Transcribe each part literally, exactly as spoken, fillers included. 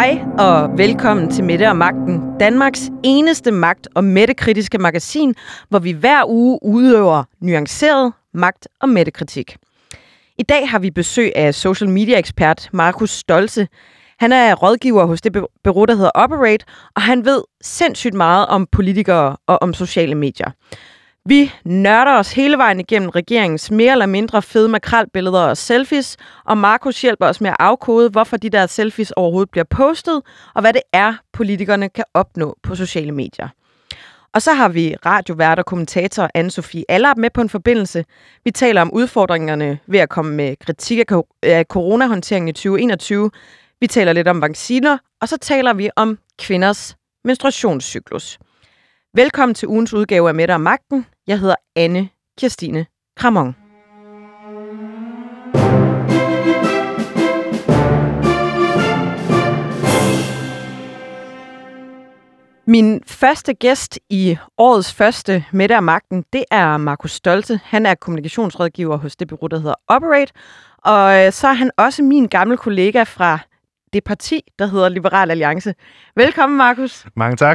Hej og velkommen til Mette og Magten, Danmarks eneste magt- og mættekritiske magasin, hvor vi hver uge udøver nuanceret magt- og mættekritik. I dag har vi besøg af social media-ekspert Marcus Stolze. Han er rådgiver hos det bureau, der hedder Operate, og han ved sindssygt meget om politikere og om sociale medier. Vi nørder os hele vejen igennem regeringens mere eller mindre fede makrelbilleder og selfies, og Marcus hjælper os med at afkode, hvorfor de der selfies overhovedet bliver postet, og hvad det er, politikerne kan opnå på sociale medier. Og så har vi radiovært og kommentator Anne-Sophie Allard med på en forbindelse. Vi taler om udfordringerne ved at komme med kritik af coronahåndteringen i tyve enogtyve. Vi taler lidt om vacciner, og så taler vi om kvinders menstruationscyklus. Velkommen til ugens udgave af Mette og Magten. Jeg hedder Anne Kirstine Kramon. Min første gæst i årets første Mette og Magten, det er Marcus Stolze. Han er kommunikationsrådgiver hos det bureau, der hedder Operate. Og så er han også min gamle kollega fra det parti, der hedder Liberal Alliance. Velkommen, Marcus. Mange tak.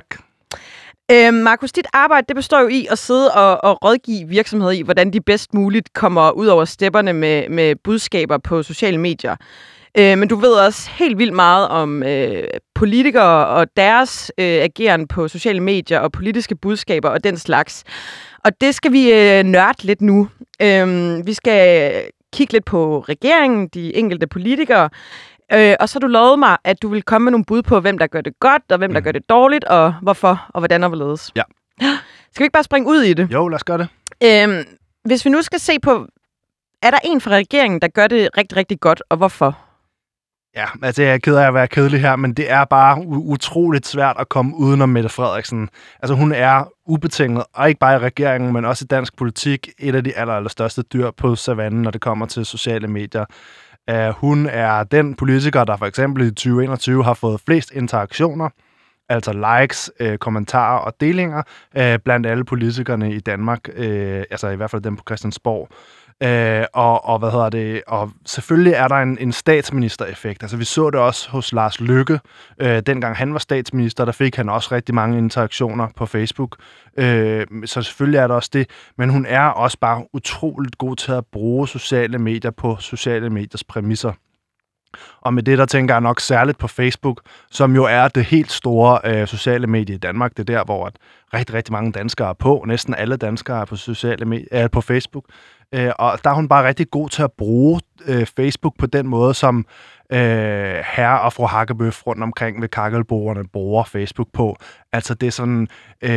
Øh, Marcus, dit arbejde det består jo i at sidde og, og rådgive virksomheder i, hvordan de bedst muligt kommer ud over stepperne med, med budskaber på sociale medier. Øh, men du ved også helt vildt meget om øh, politikere og deres øh, ageren på sociale medier og politiske budskaber og den slags. Og det skal vi øh, nørde lidt nu. Øh, vi skal kigge lidt på regeringen, de enkelte politikere. Øh, og så har du lovet mig, at du vil komme med nogle bud på, hvem der gør det godt, og hvem der mm. gør det dårligt, og hvorfor, og hvordan og hvorledes. Ja. Skal vi ikke bare springe ud i det? Jo, lad os gøre det. Øhm, hvis vi nu skal se på, er der en fra regeringen, der gør det rigtig, rigtig godt, og hvorfor? Ja, altså jeg er ked af at være kedelig her, men det er bare u- utroligt svært at komme udenom Mette Frederiksen. Altså hun er ubetinget, og ikke bare i regeringen, men også i dansk politik, et af de aller, aller største dyr på savannen, når det kommer til sociale medier. Uh, hun er den politiker, der for eksempel i tyve enogtyve har fået flest interaktioner, altså likes, uh, kommentarer og delinger, uh, blandt alle politikerne i Danmark, uh, altså i hvert fald dem på Christiansborg. Uh, og, og hvad hedder det? Og selvfølgelig er der en, en statsministereffekt. Altså vi så det også hos Lars Løkke. Uh, dengang han var statsminister, der fik han også rigtig mange interaktioner på Facebook. Uh, så selvfølgelig er der også det. Men hun er også bare utroligt god til at bruge sociale medier på sociale mediers præmisser. Og med det, der tænker jeg nok særligt på Facebook, som jo er det helt store øh, sociale medie i Danmark. Det er der, hvor at rigtig, rigtig mange danskere er på. Næsten alle danskere er på, sociale medier, øh, på Facebook. Øh, og der er hun bare rigtig god til at bruge øh, Facebook på den måde, som øh, herre og fru Hakkebøf rundt omkring ved kakkelbordene bruger Facebook på. Altså det er sådan,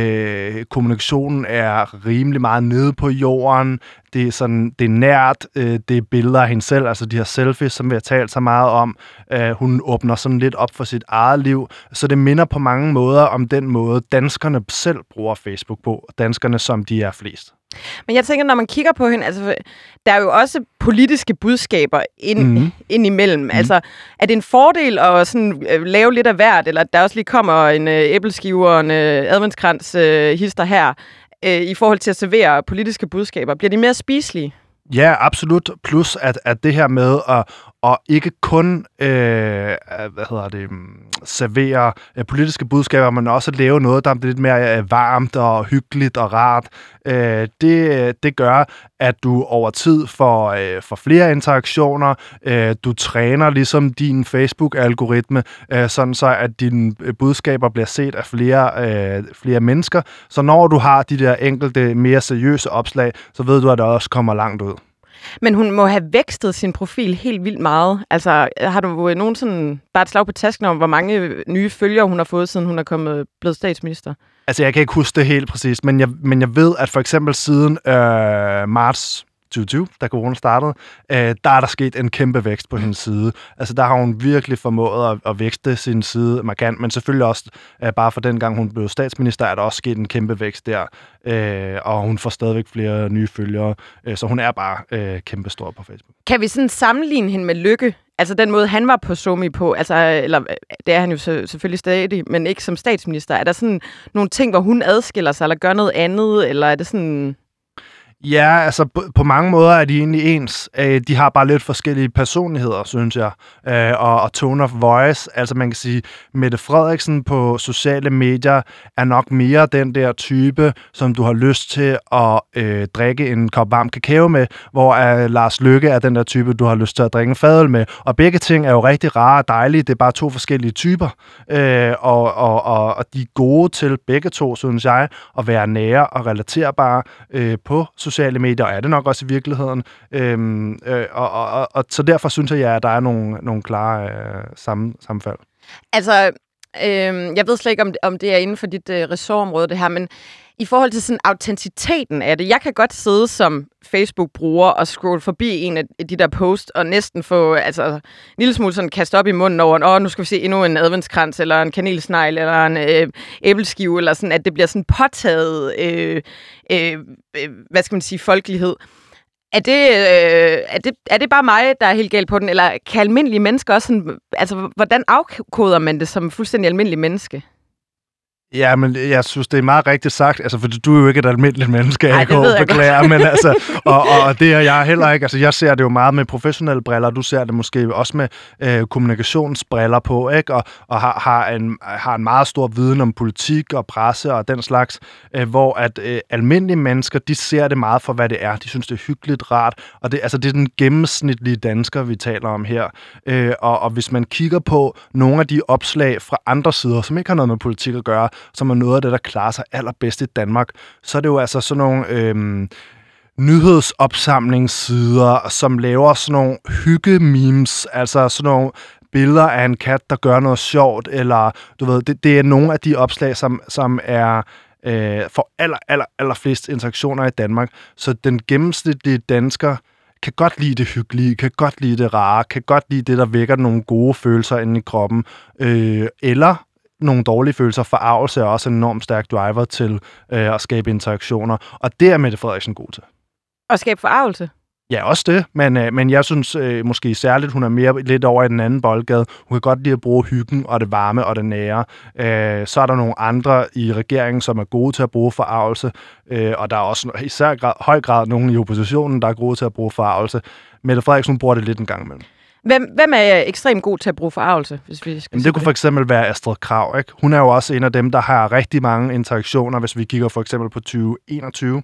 øh, kommunikationen er rimelig meget nede på jorden. Det er sådan, det er nært, øh, det er billeder af hende selv, altså de her selfies, som vi har talt så meget om. Øh, hun åbner sådan lidt op for sit eget liv, så det minder på mange måder om den måde, danskerne selv bruger Facebook på, danskerne som de er flest. Men jeg tænker, når man kigger på hende, altså, der er jo også politiske budskaber ind, mm. ind imellem. Mm. Altså, er det en fordel at sådan, øh, lave lidt af hvert, eller at der også lige kommer en øh, æbleskive og en øh, adventskrans øh, hister her, øh, i forhold til at servere politiske budskaber? Bliver de mere spiselige? Ja, absolut. Plus at, at det her med at og ikke kun øh, hvad hedder det, servere øh, politiske budskaber, men også at lave noget, der er lidt mere øh, varmt og hyggeligt og rart. Øh, det, det gør, at du over tid får, øh, får flere interaktioner. Øh, du træner ligesom din Facebook-algoritme, øh, sådan så at dine budskaber bliver set af flere, øh, flere mennesker. Så når du har de der enkelte, mere seriøse opslag, så ved du, at det også kommer langt ud. Men hun må have vækstet sin profil helt vildt meget. Altså, har du nogen sådan, bare et slag på tasken om, hvor mange nye følgere hun har fået, siden hun er kommet, blevet statsminister? Altså, jeg kan ikke huske det helt præcist, men jeg, men jeg ved, at for eksempel siden øh, marts tyve tyve, da corona startede, øh, der er der sket en kæmpe vækst på hendes side. Altså, der har hun virkelig formået at, at vækste sin side markant, men selvfølgelig også, øh, bare for den gang hun blev statsminister, er der også sket en kæmpe vækst der, øh, og hun får stadigvæk flere nye følgere, øh, så hun er bare øh, kæmpe stor på Facebook. Kan vi sådan sammenligne hende med Løkke? Altså den måde, han var på SoMe på, altså, eller det er han jo så, selvfølgelig stadig, men ikke som statsminister. Er der sådan nogle ting, hvor hun adskiller sig, eller gør noget andet, eller er det sådan... Ja, altså på, på mange måder er de egentlig ens. Øh, de har bare lidt forskellige personligheder, synes jeg, øh, og, og tone of voice. Altså man kan sige, Mette Frederiksen på sociale medier er nok mere den der type, som du har lyst til at øh, drikke en kop varm kakao med, hvor øh, Lars Løkke er den der type, du har lyst til at drikke en fadøl med. Og begge ting er jo rigtig rare og dejlige. Det er bare to forskellige typer, øh, og, og, og, og de er gode til begge to, synes jeg, at være nære og relaterbare øh, på sociale medier, og er det nok også i virkeligheden. Øhm, øh, og, og, og, og så derfor synes jeg, ja, at der er nogle, nogle klare øh, sammen, sammenfald. Altså, øh, jeg ved slet ikke, om, om det er inden for dit øh, ressortområde, det her, men i forhold til sådan autenticiteten af det, jeg kan godt sidde som Facebook-bruger og scrolle forbi en af de der posts, og næsten få altså, en lille smule sådan kastet op i munden over, åh, nu skal vi se endnu en adventskrans, eller en kanelsnegl, eller en øh, æbleskive, eller sådan, at det bliver sådan påtaget, øh, øh, hvad skal man sige, folkelighed. Er det, øh, er, det, er det bare mig, der er helt galt på den, eller kan almindelige mennesker også sådan, altså, hvordan afkoder man det som fuldstændig almindelig menneske? Ja, men jeg synes, det er meget rigtigt sagt, altså, for du er jo ikke et almindeligt menneske, jeg kan beklage, men altså, og, og det er jeg heller ikke, altså, jeg ser det jo meget med professionelle briller, du ser det måske også med øh, kommunikationsbriller på, ikke, og, og har, har, en, har en meget stor viden om politik og presse og den slags, øh, hvor at øh, almindelige mennesker, de ser det meget for, hvad det er, de synes, det er hyggeligt, rart, og det, altså, det er den gennemsnitlige dansker, vi taler om her, øh, og, og hvis man kigger på nogle af de opslag fra andre sider, som ikke har noget med politik at gøre, som er noget af det, der klarer sig allerbedst i Danmark, så er det jo altså sådan nogle øhm, nyhedsopsamlingssider, som laver sådan nogle hygge-memes, altså sådan nogle billeder af en kat, der gør noget sjovt, eller du ved, det, det er nogle af de opslag, som, som er øh, for aller, aller, aller flest interaktioner i Danmark. Så den gennemsnitlige dansker kan godt lide det hyggelige, kan godt lide det rare, kan godt lide det, der vækker nogle gode følelser inde i kroppen, øh, eller nogle dårlige følelser. Forarvelse er også en enormt stærk driver til øh, at skabe interaktioner, og det er Mette Frederiksen god til. At skabe forarvelse? Ja, også det, men, øh, men jeg synes øh, måske særligt, hun er mere lidt over i den anden boldgade. Hun kan godt lide at bruge hyggen og det varme og det nære. Øh, så er der nogle andre i regeringen, som er gode til at bruge forarvelse, øh, og der er også i især grad, høj grad nogen i oppositionen, der er gode til at bruge forarvelse. Mette Frederiksen bruger det lidt en gang imellem. Hvem, hvem er ekstremt god til at bruge forarvelse, hvis vi skal? Jamen, det kunne for eksempel være Astrid Krag, ikke? Hun er jo også en af dem, der har rigtig mange interaktioner, hvis vi kigger for eksempel på tyve enogtyve,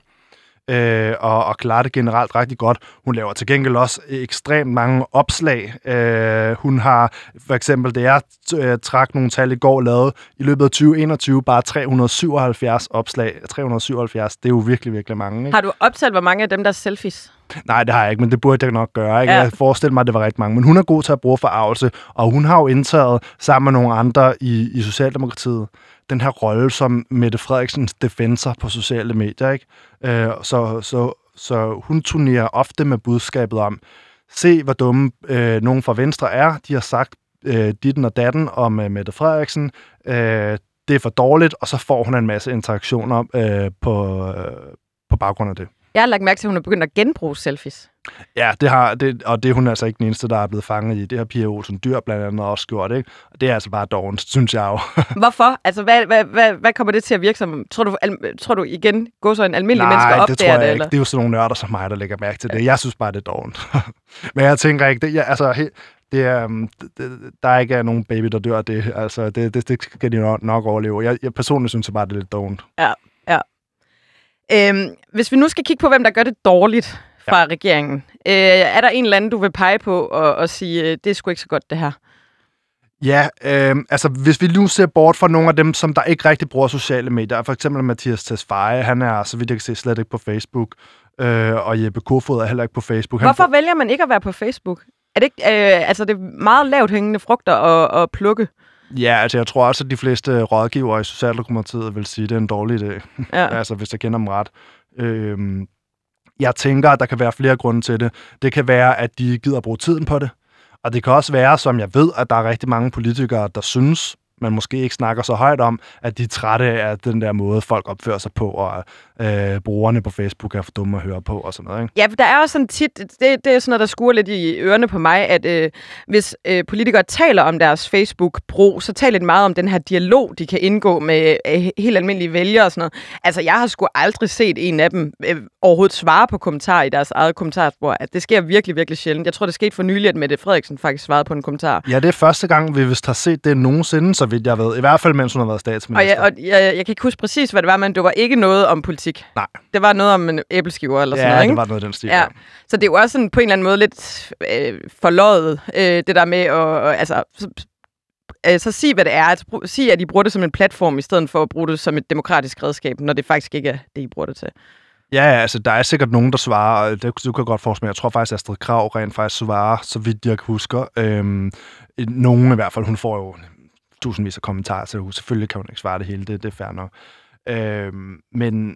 øh, og, og klarer det generelt rigtig godt. Hun laver til gengæld også ekstremt mange opslag. Øh, hun har for eksempel, det jeg øh, trak nogle tal i går, lavet i løbet af tyve enogtyve bare tre hundrede syvoghalvfjerds opslag. tre hundrede syvoghalvfjerds, det er jo virkelig, virkelig mange, ikke? Har du optalt, hvor mange af dem, der er selfies? Nej, det har jeg ikke, men det burde jeg nok gøre. Ikke? Ja. Jeg forestiller mig, at det var rigtig mange. Men hun er god til at bruge forarvelse, og hun har jo indtaget sammen med nogle andre i, i Socialdemokratiet den her rolle som Mette Frederiksens defensor på sociale medier. Ikke? Øh, så, så, så hun turnerer ofte med budskabet om, se hvor dumme øh, nogen fra Venstre er. De har sagt øh, ditten og datten om øh, Mette Frederiksen. Øh, det er for dårligt, og så får hun en masse interaktioner øh, på, øh, på baggrund af det. Jeg har lagt mærke til, at hun er begyndt at genbruge selfies. Ja, det har, det, og det er hun altså ikke den eneste, der er blevet fanget i. Det har Pia Olsen Dyhr blandt andet også gjort, ikke? Og det er altså bare dovent, synes jeg jo. Hvorfor? Altså, hvad, hvad, hvad, hvad kommer det til at virke som? Tror du, al, tror du igen, går så en almindelig menneske op Nej, det tror jeg det, ikke. Eller? Det er jo sådan nogle nørder som mig, der lægger mærke til det. Jeg synes bare, det er dovent. Men jeg tænker ikke, det, ja, altså, he, det er, det, der er ikke nogen baby, der dør. Det, altså, det, det, det skal de nok, nok overleve. Jeg, jeg personligt synes jeg bare, det er lidt dovent. Ja, ja. Øhm, hvis vi nu skal kigge på, hvem der gør det dårligt fra ja. regeringen, øh, er der en eller anden, du vil pege på og, og sige, øh, det er sgu ikke så godt, det her? Ja, øh, altså hvis vi nu ser bort fra nogle af dem, som der ikke rigtig bruger sociale medier, for eksempel Mathias Tesfaye, han er, så vidt jeg kan se, slet ikke på Facebook, øh, og Jeppe Kofod er heller ikke på Facebook. Hvorfor han... vælger man ikke at være på Facebook? Er det ikke, øh, altså det er meget lavt hængende frugter at, at plukke? Ja, altså jeg tror også, at de fleste rådgivere i Socialdemokratiet vil sige, at det er en dårlig idé, ja. altså hvis jeg kender dem ret. Øhm, jeg tænker, at der kan være flere grunde til det. Det kan være, at de gider at bruge tiden på det, og det kan også være, som jeg ved, at der er rigtig mange politikere, der synes, man måske ikke snakker så højt om, at de er trætte af den der måde, folk opfører sig på, og øh, brugerne på Facebook er for dumme at høre på og sådan noget, ikke? Ja, for der er også sådan tit, det, det er sådan noget, der skuer lidt i ørerne på mig, at øh, hvis øh, politikere taler om deres Facebook-brug, så taler de meget om den her dialog, de kan indgå med øh, helt almindelige vælgere og sådan noget. Altså, jeg har sgu aldrig set en af dem øh, overhovedet svare på kommentarer i deres eget kommentarspor. At det sker virkelig, virkelig sjældent. Jeg tror, det skete for nylig, at Mette Frederiksen faktisk svarede på en kommentar. Ja, det er første gang, vi vist har set det nogensinde, så vidt jeg ved. I hvert fald, mens hun har været statsminister. Og, jeg, og jeg, jeg kan ikke huske præcis, hvad det var, men det var ikke noget om politik. Nej. Det var noget om en æbleskiver eller ja, sådan noget, ikke? Ja, det var noget af den stil. Ja. Så det er jo også sådan, på en eller anden måde lidt øh, forløjet, øh, det der med at... Øh, altså, så, øh, så sig, hvad det er. Altså, sig, at I bruger det som en platform, i stedet for at bruge det som et demokratisk redskab, når det faktisk ikke er det, I bruger det til. Ja, altså, der er sikkert nogen, der svarer. Det, det kan jeg godt forestille mig. Jeg tror faktisk, at Astrid Krag rent faktisk svarer, så vidt jeg husker. Øhm, nogen i hvert fald. Hun får jo tusindvis af kommentarer, så selvfølgelig kan hun ikke svare det hele. Det, det er fair nok. Øhm, men...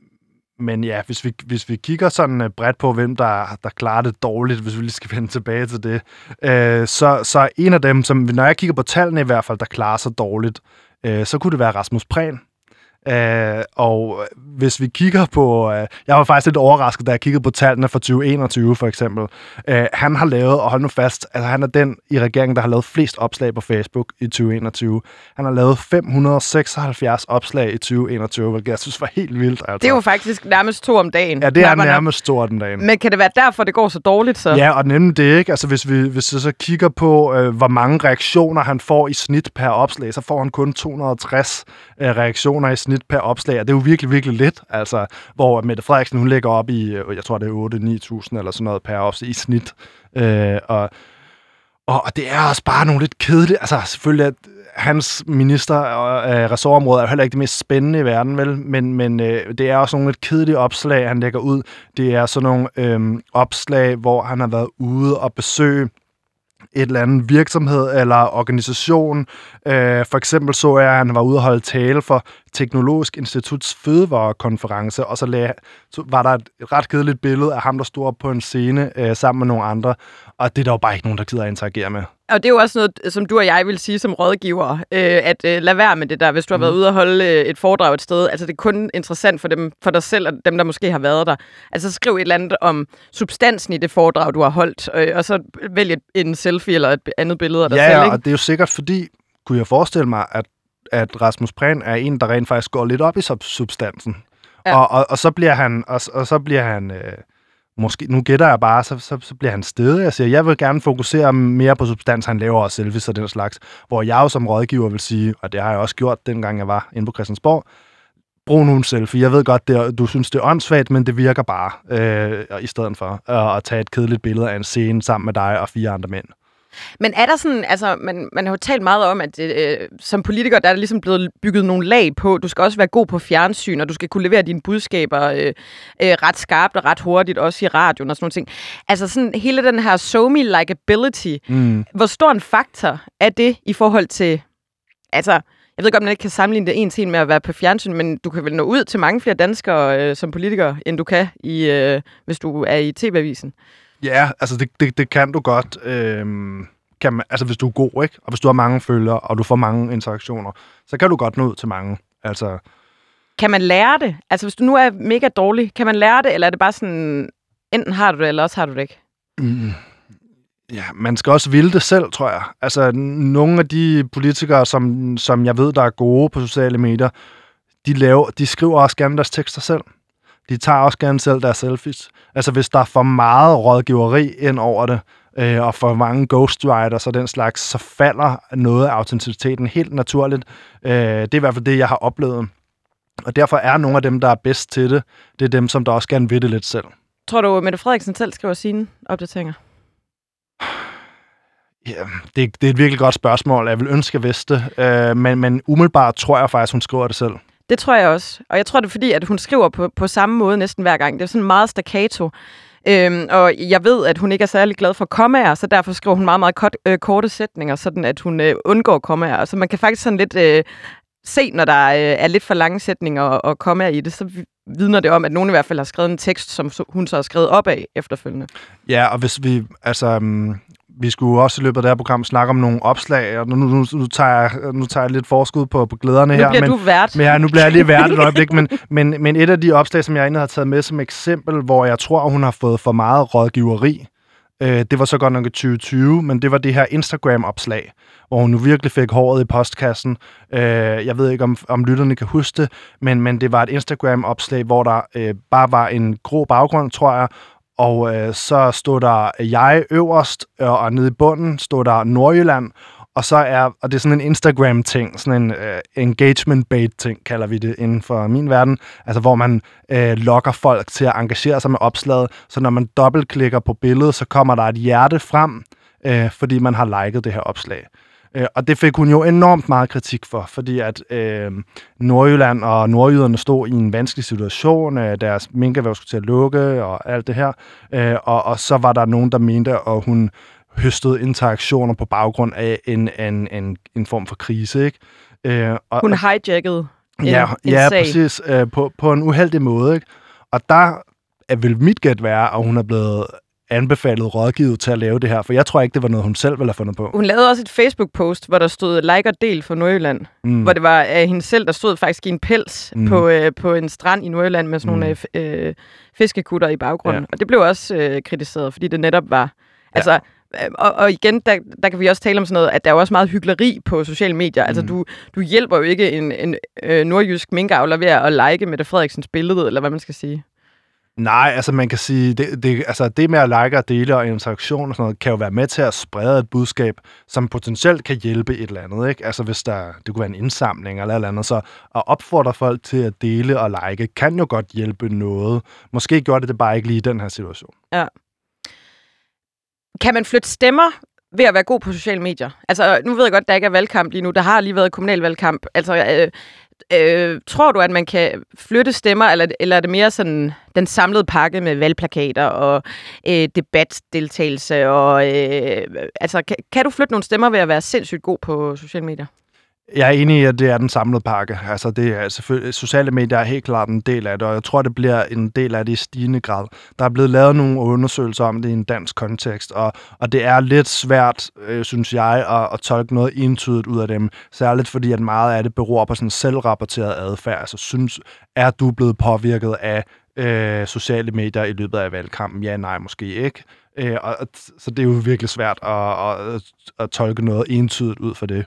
Men ja, hvis vi, hvis vi kigger sådan bredt på, hvem der, der klarer det dårligt, hvis vi lige skal vende tilbage til det, øh, så, så en af dem, som når jeg kigger på tallene i hvert fald, der klarer sig dårligt, øh, så kunne det være Rasmus Prehn. Uh, og hvis vi kigger på... Uh, jeg var faktisk lidt overrasket, da jeg kiggede på tallene for tyve enogtyve, for eksempel. Uh, han har lavet, og hold nu fast, altså han er den i regeringen, der har lavet flest opslag på Facebook i tyve enogtyve. Han har lavet fem hundrede og seksoghalvfjerds opslag i tyve enogtyve, hvilket jeg synes var helt vildt. Altså. Det er jo faktisk nærmest to om dagen. Ja, det er nærmest to om dagen. Men kan det være derfor, det går så dårligt så? Ja, og nemlig det ikke. Altså hvis vi, hvis vi så kigger på, uh, hvor mange reaktioner han får i snit per opslag, så får han kun to hundrede og tres uh, reaktioner i snit per opslag, og det er jo virkelig, virkelig lidt, altså, hvor Mette Frederiksen, hun ligger op i, jeg tror, det er otte til ni tusind eller sådan noget per opslag i snit, øh, og, og det er også bare nogle lidt kedelige, altså selvfølgelig, at hans minister og øh, ressortområde er jo heller ikke det mest spændende i verden, vel, men, men øh, det er også nogle lidt kedelige opslag, han lægger ud. Det er sådan nogle øh, opslag, hvor han har været ude og besøge et eller andet virksomhed eller organisation. Øh, for eksempel så jeg, at han var ude og holde tale for Teknologisk Instituts fødevarekonference, og så, lag, så var der et ret kedeligt billede af ham, der stod op på en scene øh, sammen med nogle andre, og det er der jo bare ikke nogen, der gider at interagere med. Og det er jo også noget, som du og jeg vil sige som rådgiver, øh, at øh, lad være med det der, hvis du har været mm. ude og holde øh, et foredrag et sted. Altså det er kun interessant for dem, for dig selv og dem, der måske har været der. Altså skriv et eller andet om substansen i det foredrag, du har holdt, øh, og så vælg en selfie eller et andet billede af dig ja, selv. Ja, ikke? Og det er jo sikkert fordi, kunne jeg forestille mig, at, at Rasmus Prehn er en, der rent faktisk går lidt op i substansen. Ja. Og, og, og så bliver han... Og, og så bliver han øh, Måske, nu gætter jeg bare, så, så, så bliver han stedig. Jeg siger, jeg vil gerne fokusere mere på substans. Han laver også selfies og den slags. Hvor jeg jo som rådgiver vil sige, og det har jeg også gjort, dengang jeg var inde på Christiansborg, brug nu en selfie. Jeg ved godt, det er, du synes, det er åndssvagt, men det virker bare, øh, i stedet for øh, at tage et kedeligt billede af en scene sammen med dig og fire andre mænd. Men er der sådan, altså, man, man har jo talt meget om, at øh, som politiker, der er der ligesom blevet bygget nogle lag på. Du skal også være god på fjernsyn, og du skal kunne levere dine budskaber øh, øh, ret skarpt og ret hurtigt, også i radioen og sådan nogle ting. Altså sådan hele den her show me likability, mm. hvor stor en faktor er det i forhold til, altså, jeg ved godt, man ikke kan sammenligne det en til en med at være på fjernsyn, men du kan vel nå ud til mange flere danskere øh, som politiker, end du kan, i, øh, hvis du er i T V-avisen. Ja, altså det, det, det kan du godt, øhm, kan man, altså hvis du er god, ikke? Og hvis du har mange følgere, og du får mange interaktioner, så kan du godt nå ud til mange. Altså... Kan man lære det? Altså hvis du nu er mega dårlig, kan man lære det, eller er det bare sådan, enten har du det, eller også har du det ikke? Mm. Ja, man skal også ville det selv, tror jeg. Altså nogle af de politikere, som, som jeg ved, der er gode på sociale medier, de, laver, de skriver også gerne deres tekster selv. De tager også gerne selv deres selfies. Altså, hvis der er for meget rådgiveri ind over det, øh, og for mange ghostwriters og den slags, så falder noget af autenticiteten helt naturligt. Øh, det er i hvert fald det, jeg har oplevet. Og derfor er nogle af dem, der er bedst til det, det er dem, som der også gerne vil det lidt selv. Tror du, Mette Frederiksen selv skriver sine opdateringer? Ja, det, det er et virkelig godt spørgsmål. Jeg vil ønske, at jeg vidste det. Øh, men, men umiddelbart tror jeg faktisk, hun skriver det selv. Det tror jeg også. Og jeg tror, det er fordi, at hun skriver på, på samme måde næsten hver gang. Det er sådan meget staccato. Øhm, og jeg ved, at hun ikke er særlig glad for kommaer, så derfor skriver hun meget, meget kort, øh, korte sætninger, sådan at hun øh, undgår kommaer. Så man kan faktisk sådan lidt øh, se, når der øh, er lidt for lange sætninger og, og kommaer i det, så vidner det om, at nogen i hvert fald har skrevet en tekst, som hun så har skrevet op af efterfølgende. Ja, og hvis vi, altså... Um vi skulle også i løbet af det her program snakke om nogle opslag, og nu, nu, nu, tager, jeg, nu tager jeg lidt forskud på, på glæderne her. Nu bliver men, du vært. Men, ja, nu bliver jeg lige vært et øjeblik, men, men, men et af de opslag, som jeg egentlig har taget med som eksempel, hvor jeg tror, hun har fået for meget rådgiveri, øh, det var så godt nok i tyve tyve, men det var det her Instagram-opslag, hvor hun nu virkelig fik håret i postkassen. Øh, jeg ved ikke, om, om lytterne kan huske det, men, men det var et Instagram-opslag, hvor der øh, bare var en grå baggrund, tror jeg, og øh, så stod der jeg øverst, øh, og nede i bunden stod der Nordjylland, og så er, og det er sådan en Instagram-ting, sådan en øh, engagement-bait-ting, kalder vi det inden for min verden, altså hvor man øh, lokker folk til at engagere sig med opslaget, så når man dobbeltklikker på billedet, så kommer der et hjerte frem, øh, fordi man har liket det her opslag. Øh, og det fik hun jo enormt meget kritik for, fordi at øh, Nordjylland og nordjyderne stod i en vanskelig situation, øh, deres minkerhverv skulle til at lukke og alt det her, øh, og, og så var der nogen, der mente, at hun høstede interaktioner på baggrund af en, en, en, en form for krise, ikke? Øh, og, hun hijackede en, ja, en ja, sag. præcis, øh, på, på en uheldig måde, ikke? Og der er vel mit gæt være, at hun er blevet anbefalet rådgivet til at lave det her, for jeg tror ikke, det var noget, hun selv ville have fundet på. Hun lavede også et Facebook-post, hvor der stod like og del for Nordjylland, mm. hvor det var af hende selv, der stod faktisk i en pels mm. på, øh, på en strand i Nordjylland med sådan mm. nogle øh, fiskekutter i baggrunden. Ja. Og det blev også øh, kritiseret, fordi det netop var... Altså, ja. Og, og igen, der, der kan vi også tale om sådan noget, at der er jo også meget hykleri på sociale medier. Mm. Altså, du, du hjælper jo ikke en, en øh, nordjysk minkavler ved at like Mette Frederiksens billede, eller hvad man skal sige. Nej, altså man kan sige, det, det, altså det med at like og dele og interaktion og sådan noget, kan jo være med til at sprede et budskab, som potentielt kan hjælpe et eller andet, ikke? Altså hvis der, det kunne være en indsamling eller et eller andet, så at opfordre folk til at dele og like, kan jo godt hjælpe noget. Måske gjorde det det bare ikke lige i den her situation. Ja. Kan man flytte stemmer ved at være god på sociale medier? Altså, nu ved jeg godt, at der ikke er valgkamp lige nu. Der har lige været kommunalvalgkamp. Altså, øh, øh, tror du, at man kan flytte stemmer, eller, eller er det mere sådan den samlede pakke med valgplakater og øh, debatdeltagelse? Og, øh, altså, kan, kan du flytte nogle stemmer ved at være sindssygt god på sociale medier? Jeg er enig i, at det er den samlede pakke. Altså, det er selvfølgelig, sociale medier er helt klart en del af det, og jeg tror, det bliver en del af det i stigende grad. Der er blevet lavet nogle undersøgelser om det i en dansk kontekst, og, og det er lidt svært, øh, synes jeg, at, at tolke noget entydigt ud af dem. Særligt fordi, at meget af det beror på sådan selvrapporteret adfærd. Altså, synes, er du blevet påvirket af øh, sociale medier i løbet af valgkampen? Ja, nej, måske ikke. Øh, og, så det er jo virkelig svært at, at, at tolke noget entydigt ud for det.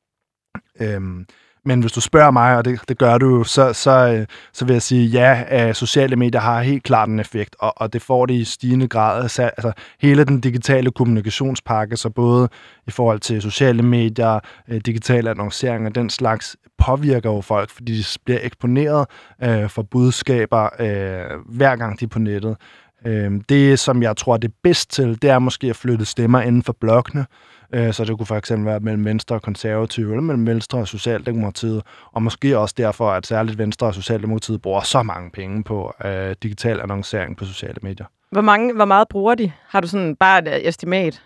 Øhm, men hvis du spørger mig, og det, det gør du jo, så, så, så vil jeg sige, ja, at sociale medier har helt klart en effekt, og, og det får det i stigende grad. Altså hele den digitale kommunikationspakke, så både i forhold til sociale medier, digital annoncering og den slags, påvirker jo folk, fordi de bliver eksponeret øh, for budskaber øh, hver gang de er på nettet. Øh, det, som jeg tror, det er bedst til, det er måske at flytte stemmer inden for blokkene. Så det kunne for eksempel være mellem Venstre og Konservative, eller mellem Venstre og Socialdemokratiet, og måske også derfor, at særligt Venstre og Socialdemokratiet bruger så mange penge på øh, digital annoncering på sociale medier. Hvor, mange, hvor meget bruger de? Har du sådan bare et estimat?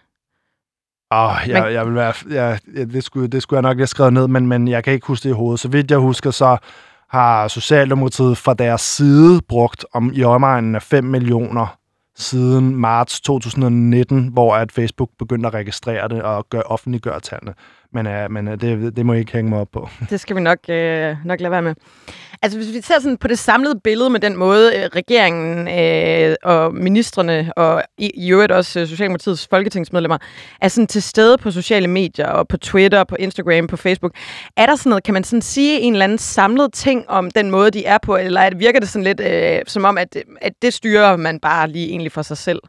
Åh, oh, jeg, jeg vil være, jeg, det, skulle, det skulle jeg nok have skrevet ned, men, men jeg kan ikke huske det i hovedet. Så vidt jeg husker, så har Socialdemokratiet fra deres side brugt om i omegnen af fem millioner siden marts to tusind nitten, hvor at Facebook begyndte at registrere det og gøre, offentliggøre tallene. Men, uh, men uh, det, det må I ikke hænge mig op på. Det skal vi nok, øh, nok lade være med. Altså, hvis vi ser sådan på det samlede billede med den måde, øh, regeringen øh, og ministrene og i, i øvrigt også øh, Socialdemokratiets folketingsmedlemmer er sådan til stede på sociale medier og på Twitter, på Instagram, på Facebook. Er der sådan noget, kan man sådan sige en eller anden samlet ting om den måde, de er på, eller virker det sådan lidt øh, som om, at, at det styrer man bare lige egentlig for sig selv?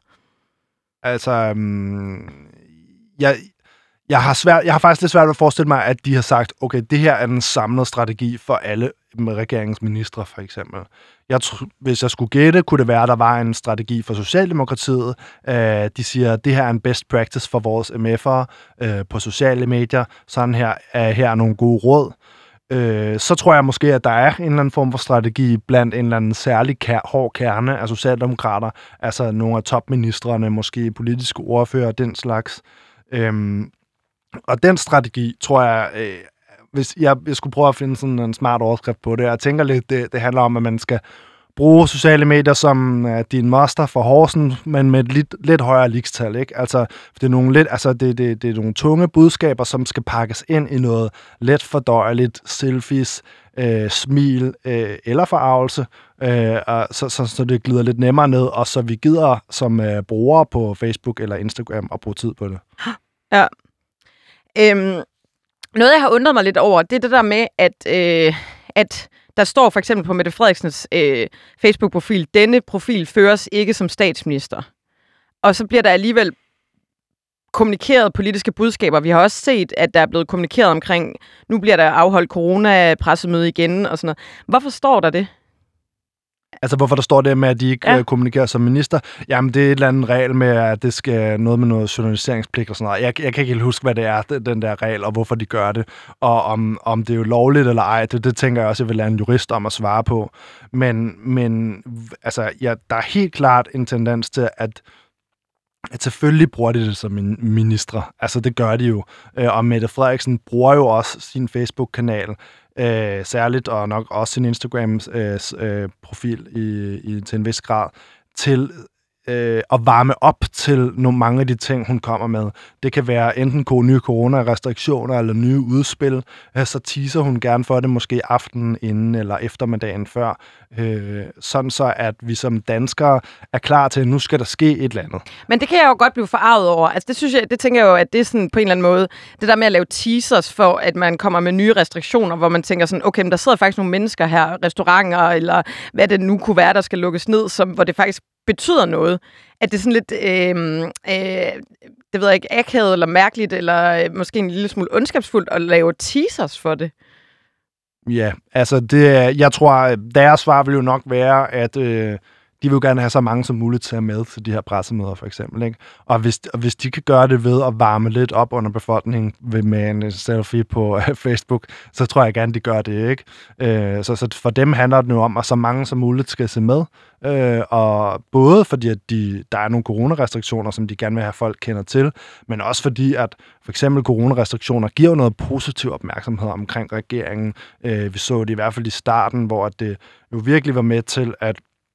Altså, um, jeg... Jeg har, svært, jeg har faktisk lidt svært ved at forestille mig, at de har sagt, okay, det her er den samlede strategi for alle med regeringens ministre, for eksempel. Jeg tr- hvis jeg skulle gætte, kunne det være, at der var en strategi for Socialdemokratiet. Øh, de siger, at det her er en best practice for vores M F'ere øh, på sociale medier. Sådan her er her er nogle gode råd. Øh, så tror jeg måske, at der er en eller anden form for strategi blandt en eller anden særlig kær- hård kerne af socialdemokrater. Altså nogle af topministrene, måske politiske ordfører, den slags. Øh, Og den strategi, tror jeg, øh, hvis jeg, jeg skulle prøve at finde sådan en smart overskrift på det, jeg tænker lidt, det, det handler om, at man skal bruge sociale medier som uh, din master for Horsen, men med et lidt, lidt højere likstal, ikke? Altså, det er nogle lidt, altså det, det, det er nogle tunge budskaber, som skal pakkes ind i noget let fordøjeligt, selfies, øh, smil øh, eller forarvelse, øh, og så, så, så det glider lidt nemmere ned, og så vi gider som øh, brugere på Facebook eller Instagram at bruge tid på det. Ja. Øhm, noget, jeg har undret mig lidt over, det er det der med, at, øh, at der står for eksempel på Mette Frederiksens øh, Facebook-profil, denne profil føres ikke som statsminister. Og så bliver der alligevel kommunikeret politiske budskaber. Vi har også set, at der er blevet kommunikeret omkring, nu bliver der afholdt corona-pressemøde igen og sådan noget. Hvorfor står der det? Altså, hvorfor der står det med, at de ikke ja. kommunikerer som minister? Jamen, det er et eller andet regel med, at det skal noget med noget journaliseringspligt og sådan noget. Jeg, jeg kan ikke helt huske, hvad det er, den der regel, og hvorfor de gør det. Og om, om det er jo lovligt eller ej, det, det tænker jeg også, jeg vil lade en jurist om at svare på. Men, men altså, ja, der er helt klart en tendens til, at at selvfølgelig bruger de det som en ministre. Altså, det gør de jo. Og Mette Frederiksen bruger jo også sin Facebook-kanal, øh, særligt, og nok også sin Instagram-profil øh, i, i, til en vis grad, til øh, at varme op til nogle mange af de ting, hun kommer med. Det kan være enten nye coronarestriktioner eller nye udspil. Så teaser hun gerne for det, måske aftenen inden eller eftermiddagen før. Øh, sådan så, at vi som danskere er klar til, at nu skal der ske et eller andet. Men det kan jeg jo godt blive forarvet over. Altså, det synes jeg, det tænker jeg jo, at det er sådan på en eller anden måde, det der med at lave teasers for, at man kommer med nye restriktioner, hvor man tænker sådan, okay, men der sidder faktisk nogle mennesker her, restauranter, eller hvad det nu kunne være, der skal lukkes ned, som, hvor det faktisk betyder noget. At det er sådan lidt, øh, øh, det ved jeg ikke, akavet eller mærkeligt, eller øh, måske en lille smule ondskabsfuldt at lave teasers for det. Ja, altså det, jeg tror, deres svar vil jo nok være, at øh, de vil jo gerne have så mange som muligt til at med til de her pressemøder, for eksempel. Ikke? Og, hvis, og hvis de kan gøre det ved at varme lidt op under befolkningen ved, med en selfie på uh, Facebook, så tror jeg gerne, de gør det. Ikke? Øh, så, så for dem handler det nu om, at så mange som muligt skal se med. Øh, og både fordi, at de, der er nogle coronarestriktioner, som de gerne vil have folk kender til, men også fordi, at for eksempel coronarestriktioner giver noget positiv opmærksomhed omkring regeringen. Øh, vi så det i hvert fald i starten, hvor det jo virkelig var med til at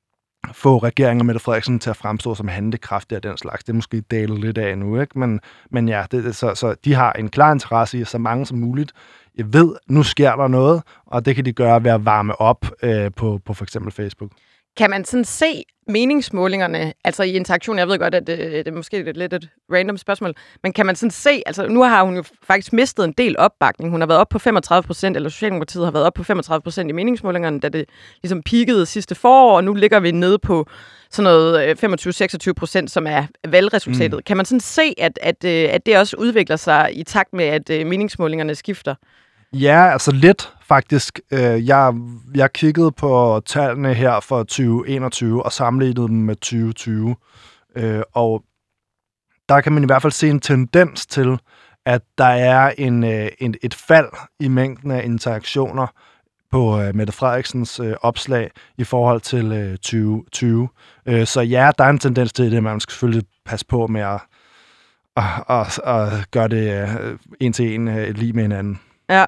få regeringen og Mette Frederiksen til at fremstå som handlekraftige af den slags. Det er måske dalet lidt af nu, ikke? Men, men ja, det, så, så de har en klar interesse i, så mange som muligt jeg ved, nu sker der noget, og det kan de gøre ved at varme op øh, på, på for eksempel Facebook. Kan man sådan se meningsmålingerne, altså i interaktion, jeg ved godt, at det, det er måske lidt et random spørgsmål, men kan man sådan se, altså nu har hun jo faktisk mistet en del opbakning. Hun har været op på femogtredive procent, eller Socialdemokratiet har været op på femogtredive procent i meningsmålingerne, da det ligesom peakede sidste forår, og nu ligger vi nede på sådan noget femogtyve til seksogtyve procent, som er valgresultatet. Mm. Kan man sådan se, at, at, at det også udvikler sig i takt med, at meningsmålingerne skifter? Ja, altså lidt faktisk. Jeg, jeg kiggede på tallene her for tyve enogtyve og sammenlignede dem med tyve tyve. Og der kan man i hvert fald se en tendens til, at der er en, en, et fald i mængden af interaktioner på Mette Frederiksens opslag i forhold til tyve tyve. Så ja, der er en tendens til det, man skal selvfølgelig passe på med at, at, at, at gøre det en til en lige med hinanden. Ja.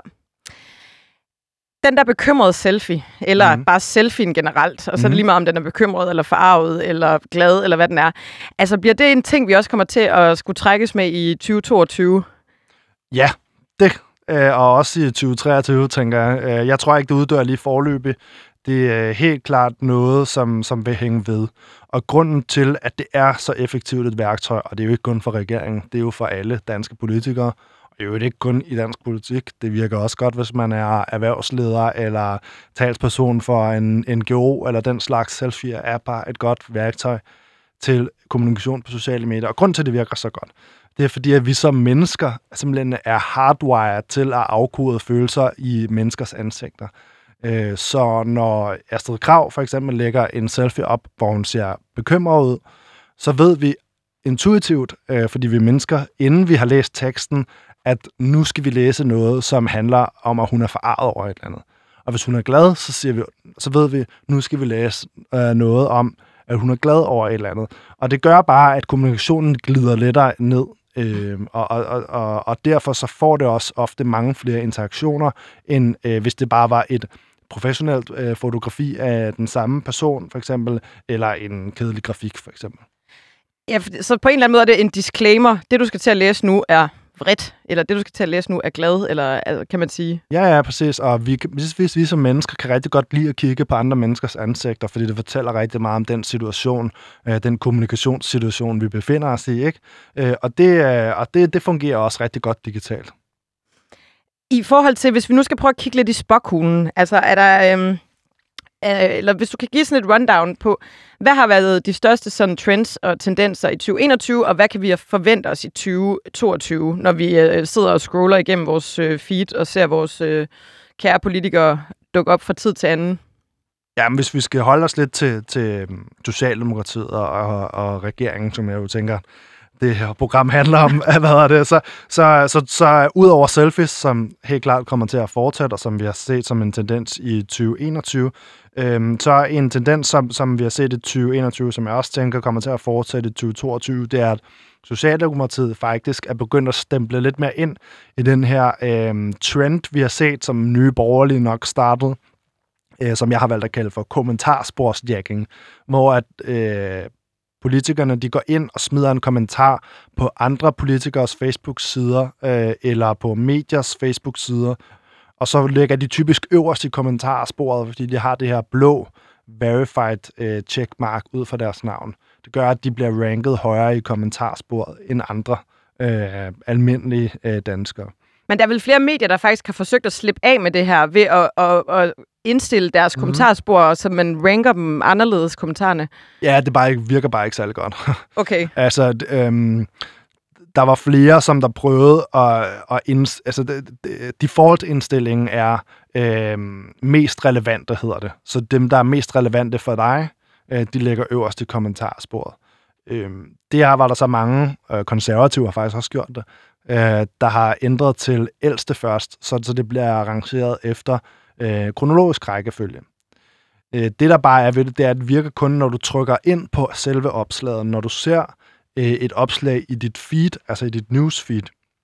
Den der bekymrede selfie, eller mm. bare selfien generelt, og så er det lige meget, om den er bekymret, eller forarvet, eller glad, eller hvad den er. Altså, bliver det en ting, vi også kommer til at skulle trækkes med i tyve toogtyve? Ja, det. Og også i tyve treogtyve, tænker jeg. Jeg tror ikke, det uddør lige forløbig. Det er helt klart noget, som, som vil hænge ved. Og grunden til, at det er så effektivt et værktøj, og det er jo ikke kun for regeringen, det er jo for alle danske politikere, det er jo ikke kun i dansk politik. Det virker også godt, hvis man er erhvervsleder eller talsperson for en N G O eller den slags. Selfie er bare et godt værktøj til kommunikation på sociale medier. Og grund til, at det virker så godt, det er fordi, at vi som mennesker simpelthen er hardwired til at afkode følelser i menneskers ansigter. Så når Astrid Krag for eksempel lægger en selfie op, hvor hun ser bekymret ud, så ved vi intuitivt, fordi vi er mennesker, inden vi har læst teksten, at nu skal vi læse noget, som handler om, at hun er forarvet over et eller andet. Og hvis hun er glad, så, siger vi, så ved vi, nu skal vi læse øh, noget om, at hun er glad over et eller andet. Og det gør bare, at kommunikationen glider lettere ned. Øh, og, og, og, og derfor så får det også ofte mange flere interaktioner, end øh, hvis det bare var et professionelt øh, fotografi af den samme person, for eksempel, eller en kedelig grafik, for eksempel. Ja, så på en eller anden måde er det en disclaimer. Det, du skal til at læse nu, er vredt, eller det, du skal til at læse nu, er glad, eller kan man sige? Ja, ja, præcis. Og vi, hvis vi som mennesker kan rigtig godt lide at kigge på andre menneskers ansigter, fordi det fortæller rigtig meget om den situation, øh, den kommunikationssituation, vi befinder os i, ikke? Øh, og det, øh, og det, det fungerer også rigtig godt digitalt. I forhold til, hvis vi nu skal prøve at kigge lidt i spåkuglen, altså er der... Øhm eller hvis du kan give sådan et rundown på, hvad har været de største sådan trends og tendenser i tyve enogtyve, og hvad kan vi forvente os i tyve toogtyve, når vi øh, sidder og scroller igennem vores øh, feed og ser vores øh, kære politikere dukke op fra tid til anden? Ja, men hvis vi skal holde os lidt til, til Socialdemokratiet og, og, og regeringen, som jeg jo tænker, det her program handler om, hvad er det, så, så, så, så ud over selfies, som helt klart kommer til at fortsætte, og som vi har set som en tendens i tyve enogtyve, øhm, så en tendens, som, som vi har set i tyve enogtyve, som jeg også tænker kommer til at fortsætte i tyve toogtyve, det er, at Socialdemokratiet faktisk er begyndt at stemple lidt mere ind i den her øhm, trend, vi har set, som Nye Borgerlige nok startede, øh, som jeg har valgt at kalde for kommentarsporsjacking, hvor at øh, politikerne, de går ind og smider en kommentar på andre politikers Facebook-sider, øh, eller på mediers Facebook-sider, og så lægger de typisk øverst i kommentarsporet, fordi de har det her blå verified øh, checkmark ud for deres navn. Det gør, at de bliver ranket højere i kommentarsporet end andre øh, almindelige øh, danskere. Men der er vel flere medier, der faktisk har forsøgt at slippe af med det her, ved at, at, at indstille deres mm. kommentarspor, så man ranker dem anderledes, kommentarerne. Ja, det bare ikke, virker bare ikke særlig godt. Okay. altså, øhm, der var flere, som der prøvede at... at inds- altså, default-indstillingen er øhm, mest relevante, hedder det. Så dem, der er mest relevante for dig, øh, de ligger øverst i kommentarsporet. Øhm, det her var der så mange, øh, konservative har faktisk også gjort det, øh, der har ændret til ældste først, så, så det bliver arrangeret efter øh, kronologisk rækkefølge. Øh, det, der bare er ved det, det er, at det virker kun, når du trykker ind på selve opslaget. Når du ser øh, et opslag i dit feed, altså i dit newsfeed,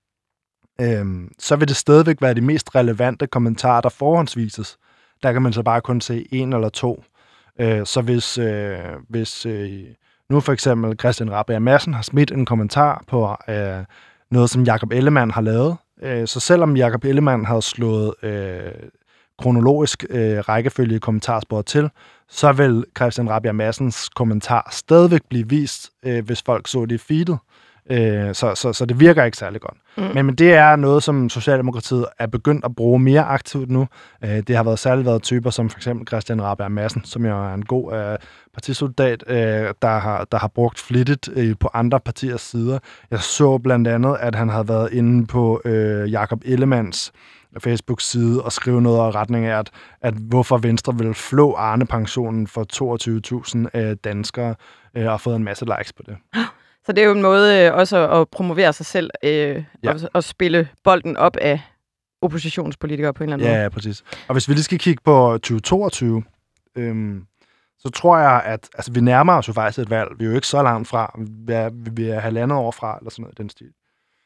øh, så vil det stadigvæk være de mest relevante kommentarer, der forhåndsvises. Der kan man så bare kun se en eller to. Øh, så hvis, øh, hvis øh, nu for eksempel Christian Rabjerg Madsen har smidt en kommentar på øh, noget, som Jakob Ellemann har lavet, øh, så selvom Jakob Ellemann havde slået øh, kronologisk øh, rækkefølge i kommentarsporet til, så vil Christian Rabjerg Madsens kommentar stadigvæk blive vist, øh, hvis folk så det i feedet. Øh, så, så, så det virker ikke særlig godt. Mm. Men, men det er noget, som Socialdemokratiet er begyndt at bruge mere aktivt nu. Øh, det har været særligt været typer som for eksempel Christian Rabjerg Madsen, som jo er en god øh, partisoldat, øh, der, har, der har brugt flittigt øh, på andre partiers sider. Jeg så blandt andet, at han havde været inde på øh, Jakob Ellemanns Facebook-side og skrive noget af retning af, at, at hvorfor Venstre vil flå Arne-pensionen for toogtyve tusind øh, danskere, øh, og fået en masse likes på det. Så det er jo en måde øh, også at promovere sig selv, øh, ja. og, og spille bolden op af oppositionspolitikere på en eller anden ja, måde. Ja, præcis. Og hvis vi lige skal kigge på tyve toogtyve, øhm, så tror jeg, at altså, vi nærmer os jo faktisk et valg. Vi er jo ikke så langt fra. Vi er, vi er halvandet år fra, eller sådan noget i den stil.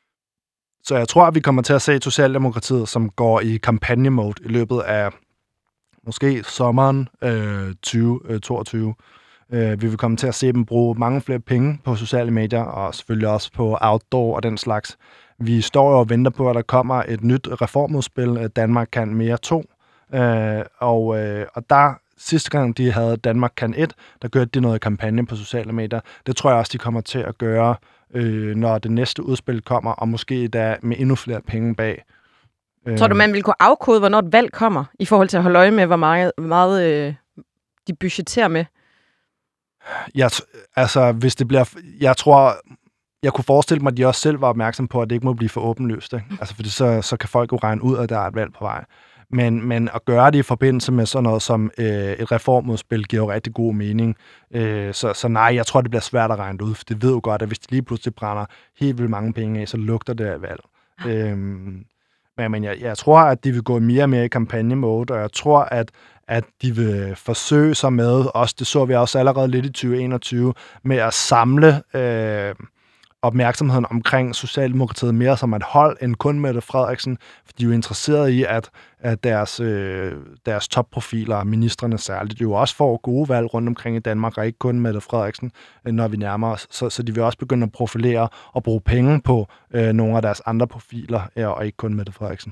Så jeg tror, at vi kommer til at se Socialdemokratiet, som går i kampagnemode i løbet af måske sommeren øh, tyve toogtyve. Øh, vi vil komme til at se dem bruge mange flere penge på sociale medier, og selvfølgelig også på outdoor og den slags. Vi står jo og venter på, at der kommer et nyt reformudspil, Danmark kan mere to. Øh, og, øh, og der sidste gang, de havde Danmark kan et, der gjorde de noget kampagne på sociale medier. Det tror jeg også, de kommer til at gøre, øh, når det næste udspil kommer, og måske da med endnu flere penge bag. Tror du, man vil kunne afkode, hvornår et valg kommer, i forhold til at holde øje med, hvor meget, hvor meget øh, de budgetterer med? Jeg, altså, hvis det bliver... Jeg tror... Jeg kunne forestille mig, at de også selv var opmærksom på, at det ikke må blive for åbenlyst. Ikke? Altså, fordi så, så kan folk jo regne ud, at der er et valg på vej. Men, men at gøre det i forbindelse med sådan noget som øh, et reformudspil, giver jo rigtig god mening. Øh, så, så nej, jeg tror, det bliver svært at regne det ud, for det ved jo godt, at hvis de lige pludselig brænder helt vildt mange penge af, så lugter det af valg. Øh, men men jeg, jeg tror, at de vil gå mere og mere i kampagnemode, og jeg tror, at at de vil forsøge sig med, også det så vi også allerede lidt i tyve enogtyve, med at samle øh, opmærksomheden omkring Socialdemokratiet mere som et hold end kun Mette Frederiksen, for de er jo interesserede i, at, at deres, øh, deres topprofiler, ministerne særligt, jo også får gode valg rundt omkring i Danmark, og ikke kun Mette Frederiksen, når vi nærmer os. Så, så de vil også begynde at profilere og bruge penge på øh, nogle af deres andre profiler, og ikke kun Mette Frederiksen.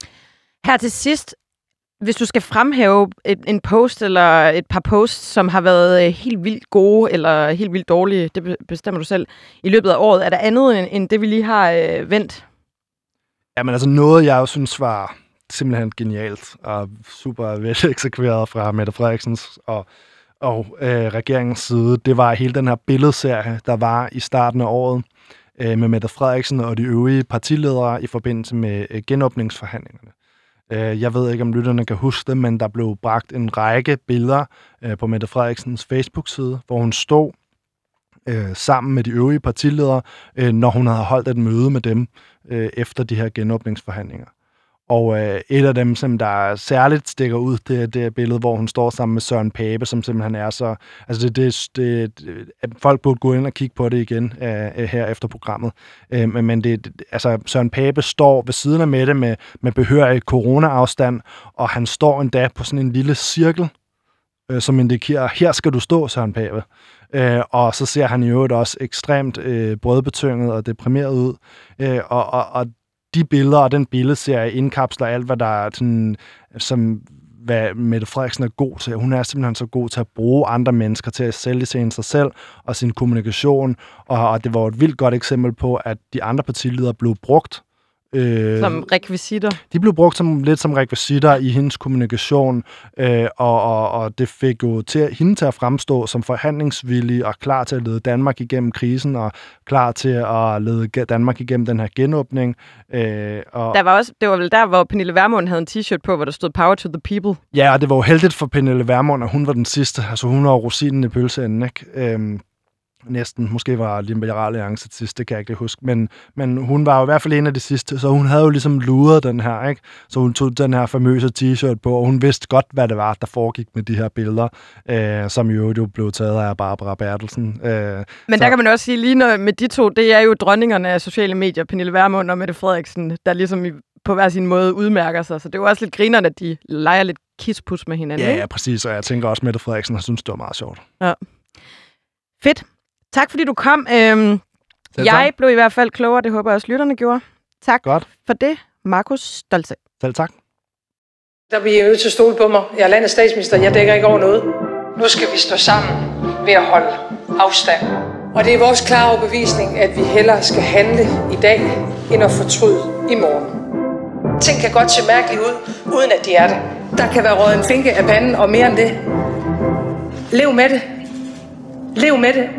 Her til sidst, hvis du skal fremhæve et, en post eller et par posts, som har været helt vildt gode eller helt vildt dårlige, det bestemmer du selv, i løbet af året, er der andet end, end det, vi lige har øh, vendt? Jamen altså noget, jeg jo synes var simpelthen genialt og super vel eksekveret fra Mette Frederiksens og, og øh, regeringens side, det var hele den her billedserie, der var i starten af året øh, med Mette Frederiksen og de øvrige partiledere i forbindelse med øh, genåbningsforhandlingerne. Jeg ved ikke, om lytterne kan huske det, men der blev bragt en række billeder øh, på Mette Frederiksens Facebook-side, hvor hun stod øh, sammen med de øvrige partiledere, øh, når hun havde holdt et møde med dem øh, efter de her genåbningsforhandlinger. Og øh, et af dem, som der særligt stikker ud, det er det billede, hvor hun står sammen med Søren Pape, som simpelthen er så... Altså, det, det, det, det, folk burde gå ind og kigge på det igen øh, her efter programmet. Øh, men det, altså, Søren Pape står ved siden af Mette med, med behørig corona-afstand, og han står endda på sådan en lille cirkel, øh, som indikerer, her skal du stå, Søren Pape. Øh, og så ser han i øvrigt også ekstremt øh, brødbetynget og deprimeret ud. Øh, og, og, og de billeder og den billedserie indkapsler alt, hvad der er sådan, som hvad Mette Frederiksen er god til. Hun er simpelthen så god til at bruge andre mennesker til at sælge sig sig selv og sin kommunikation, og, og det var et vildt godt eksempel på, at de andre partiledere blev brugt Øh, som rekvisitter? De blev brugt som, lidt som rekvisitter i hendes kommunikation, øh, og, og, og det fik jo til, hende til at fremstå som forhandlingsvillig og klar til at lede Danmark igennem krisen, og klar til at lede Danmark igennem den her genåbning. Øh, og der var også, det var vel der, hvor Pernille Vermund havde en t-shirt på, hvor der stod Power to the People. Ja, og det var jo heldigt for Pernille Vermund, at hun var den sidste. Altså hun var rosinen i pølseenden, ikke? Øh, Næsten. Måske var Liberal Alliance til sidst, det kan jeg ikke huske. Men, men hun var jo i hvert fald en af de sidste, så hun havde jo ligesom luret den her, ikke? Så hun tog den her famøse t-shirt på, og hun vidste godt, hvad det var, der foregik med de her billeder, øh, som jo jo blev taget af Barbara Bertelsen. Øh, men så. Der kan man også sige, lige når, med de to, det er jo dronningerne af sociale medier, Pernille Vermund og Mette Frederiksen, der ligesom på hver sin måde udmærker sig. Så det er jo også lidt grinerne, at de leger lidt kispus med hinanden. Ja, ja, præcis. Og jeg tænker også, at Mette Frederiksen har syntes, det var meget sjovt. Ja. Fedt. Tak fordi du kom. Øhm, jeg blev i hvert fald klogere, det håber jeg også lytterne gjorde. Tak Godt. for det, Markus Stolte. Selv tak. Der bliver I nødt til at stole på mig. Jeg er landets statsminister, jeg dækker ikke over noget. Nu skal vi stå sammen ved at holde afstand. Og det er vores klare overbevisning, at vi hellere skal handle i dag, end at fortryde i morgen. Ting kan godt se mærkeligt ud, uden at de er det. Der kan være røget en finke af panden, og mere end det. Lev med det. Lev med det.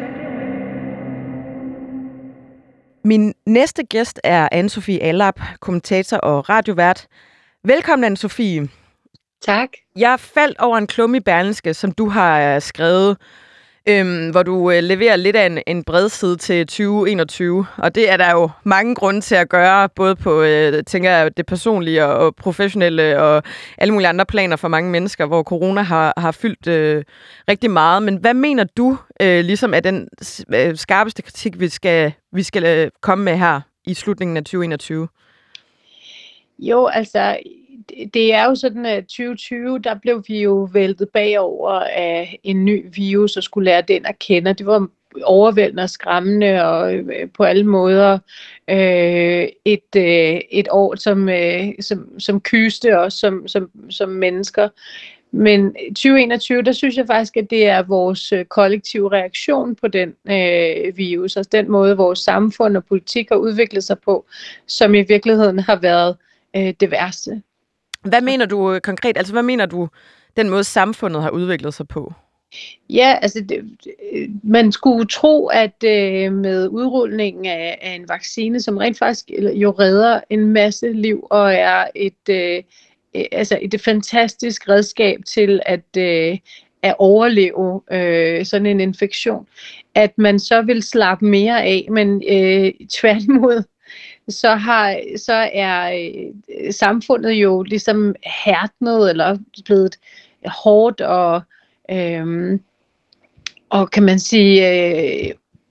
Min næste gæst er Anne-Sophie Allap, kommentator og radiovært. Velkommen, Anne-Sophie. Tak. Jeg faldt over en klumme i Berlingske, som du har skrevet, øhm, hvor du øh, leverer lidt af en, en bredside til tyve enogtyve. Og det er der jo mange grunde til at gøre, både på øh, tænker jeg, det personlige og, og professionelle og alle mulige andre planer for mange mennesker, hvor corona har, har fyldt øh, rigtig meget. Men hvad mener du øh, ligesom er den øh, skarpeste kritik, vi skal, vi skal øh, komme med her i slutningen af tyve enogtyve? Jo, altså det er jo sådan, at tyve tyve, der blev vi jo væltet bagover af en ny virus og skulle lære den at kende. Det var overvældende og skræmmende og øh, på alle måder øh, et, øh, et år, som, øh, som, som kyste os som, som, som mennesker. Men tyve enogtyve, der synes jeg faktisk, at det er vores kollektive reaktion på den øh, virus, altså den måde, vores samfund og politik har udviklet sig på, som i virkeligheden har været øh, det værste. Hvad mener du konkret? Altså, hvad mener du, den måde samfundet har udviklet sig på? Ja, altså, det, man skulle tro, at øh, med udrulningen af, af en vaccine, som rent faktisk jo redder en masse liv, og er et, øh, altså et fantastisk redskab til at, øh, at overleve øh, sådan en infektion, at man så vil slappe mere af, men øh, tværtimod, så, har, så er øh, samfundet jo ligesom hærdnet eller blevet hårdt og, øh, og kan man sige, øh,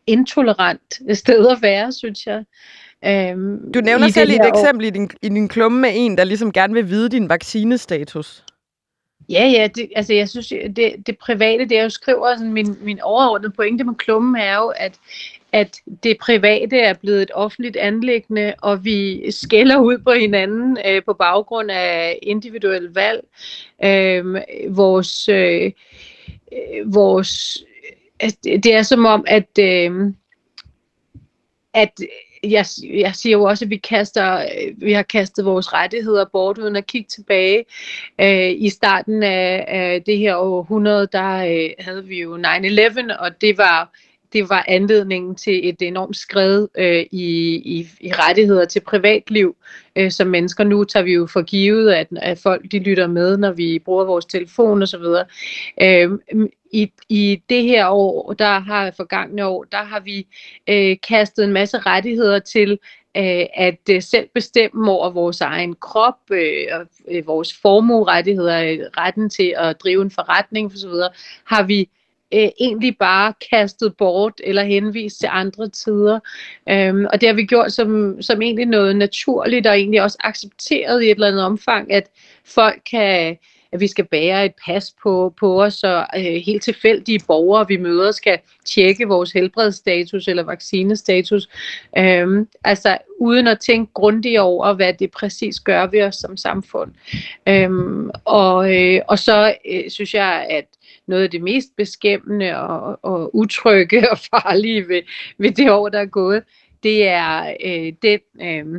intolerant sted at være, synes jeg. Øhm, du nævner selv et år. eksempel i din, i din klumme med en, der ligesom gerne vil vide din vaccinestatus. Ja, ja, det, altså jeg synes, det, det private, det jeg jo skriver, sådan min, min overordnede pointe med klummen er jo, at, at det private er blevet et offentligt anliggende, og vi skælder ud på hinanden øh, på baggrund af individuelle valg. Øh, vores, øh, vores, altså, det er som om, at, øh, at Jeg, jeg siger jo også, at vi, kaster, vi har kastet vores rettigheder bort uden at kigge tilbage. Øh, I starten af, af det her århundrede, der øh, havde vi jo nine eleven, og det var, det var anledningen til et enormt skred øh, i, i, i rettigheder til privatliv. Øh, som mennesker nu tager vi jo for givet, at, at folk de lytter med, når vi bruger vores telefon og så videre. Øh, I, I det her år, der har forgangne år, der har vi øh, kastet en masse rettigheder til øh, at øh, selv bestemme over vores egen krop, øh, og øh, vores formuerettigheder, øh, retten til at drive en forretning osv., har vi øh, egentlig bare kastet bort eller henvist til andre tider. Øhm, og det har vi gjort som, som egentlig noget naturligt, og egentlig også accepteret i et eller andet omfang, at folk kan... at vi skal bære et pas på, på os, og øh, helt tilfældige borgere, vi møder, skal tjekke vores helbredsstatus eller vaccinestatus. Øhm, altså uden at tænke grundigt over, hvad det præcis gør ved os som samfund. Øhm, og, øh, og så øh, synes jeg, at noget af det mest beskæmmende og, og utrygge og farlige ved, ved det år, der er gået, det er øh, den... Øh,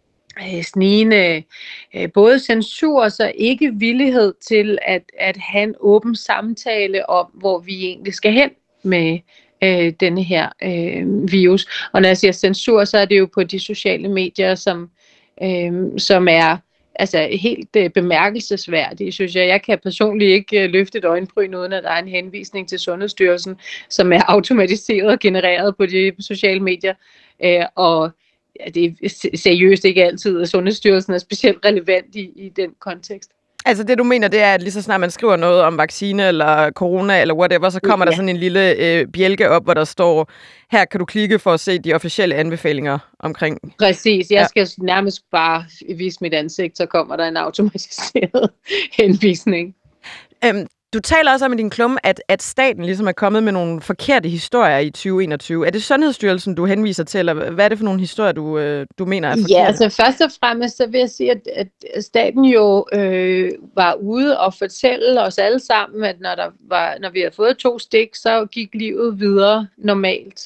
snigende både censur og så ikke villighed til at, at have en åben samtale om, hvor vi egentlig skal hen med øh, denne her øh, virus. Og når jeg siger censur, så er det jo på de sociale medier, som, øh, som er altså helt øh, bemærkelsesværdige, synes jeg. Jeg kan personligt ikke øh, løfte et øjenbryn, uden at der er en henvisning til Sundhedsstyrelsen, som er automatiseret og genereret på de sociale medier. Øh, og ja, det er seriøst ikke altid, at Sundhedsstyrelsen er specielt relevant i, i den kontekst. Altså det du mener, det er, at lige så snart man skriver noget om vaccine eller corona eller whatever, så kommer ja. der sådan en lille øh, bjælke op, hvor der står, her kan du klikke for at se de officielle anbefalinger omkring. Præcis, jeg skal ja. nærmest bare vise mit ansigt, så kommer der en automatiseret henvisning. Øhm, Du taler også om i din klumme, at, at staten ligesom er kommet med nogle forkerte historier i tyve enogtyve. Er det Sundhedsstyrelsen, du henviser til, eller hvad er det for nogle historier, du, øh, du mener er forkerte? Ja, altså først og fremmest så vil jeg sige, at, at staten jo øh, var ude og fortælle os alle sammen, at når, der var, når vi havde fået to stik, så gik livet videre normalt.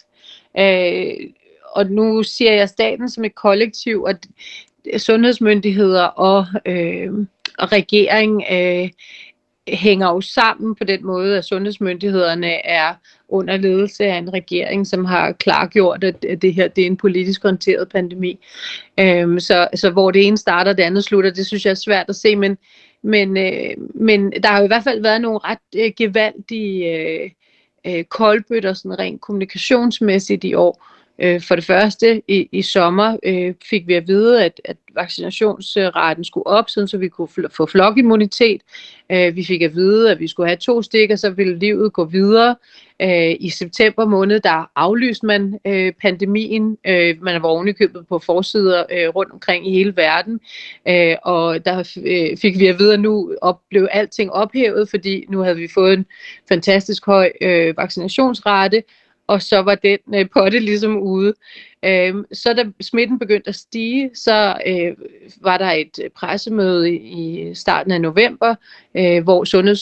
Øh, og nu siger jeg staten som et kollektiv, at sundhedsmyndigheder og, øh, og regering øh, hænger jo sammen på den måde, at sundhedsmyndighederne er under ledelse af en regering, som har klargjort, at det her det er en politisk håndteret pandemi. Øhm, så, så hvor det ene starter, det andet slutter, det synes jeg er svært at se, men, men, øh, men der har jo i hvert fald været nogle ret øh, gevaldige øh, øh, koldbøtter, sådan rent kommunikationsmæssigt i år. For det første, i, i sommer øh, fik vi at vide, at, at vaccinationsraten skulle op, så vi kunne få flokimmunitet. Øh, vi fik at vide, at vi skulle have to stik, og så ville livet gå videre. Øh, I september måned, der aflyste man øh, pandemien. Øh, man var ovenikøbet på forsider øh, rundt omkring i hele verden. Øh, og der øh, fik vi at vide, at nu op, blev alting ophævet, fordi nu havde vi fået en fantastisk høj øh, vaccinationsrate. Og så var den øh, potte ligesom ude. Øhm, så da smitten begyndte at stige, så øh, var der et pressemøde i starten af november, øh, hvor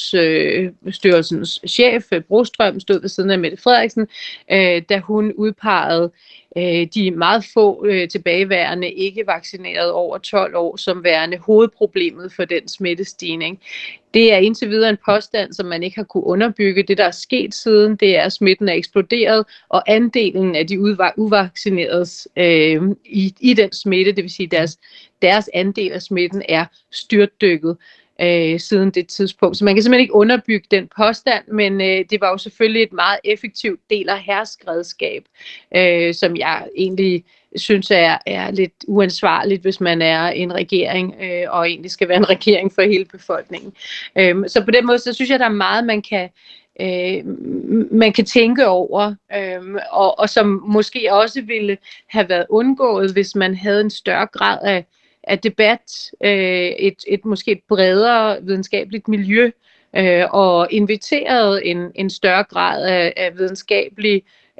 Sundhedsstyrelsens øh, chef, Brostrøm, stod ved siden af Mette Frederiksen, øh, da hun udpegede øh, de meget få øh, tilbageværende ikke vaccinerede over tolv år som værende hovedproblemet for den smittestigning. Det er indtil videre en påstand, som man ikke har kunne underbygge. Det, der er sket siden, det er, at smitten er eksploderet, og andelen af de uvaccineredes øh, i, i den smitte, det vil sige deres, deres andel af smitten, er styrtdykket øh, siden det tidspunkt. Så man kan simpelthen ikke underbygge den påstand, men øh, det var jo selvfølgelig et meget effektivt del af herskredskab, øh, som jeg egentlig synes er, er lidt uansvarligt, hvis man er en regering, øh, og egentlig skal være en regering for hele befolkningen. Øhm, så på den måde, så synes jeg, der er meget, man kan, øh, man kan tænke over, øh, og, og som måske også ville have været undgået, hvis man havde en større grad af, af debat, øh, et, et måske et bredere videnskabeligt miljø, øh, og inviteret en, en større grad af, af videnskabelig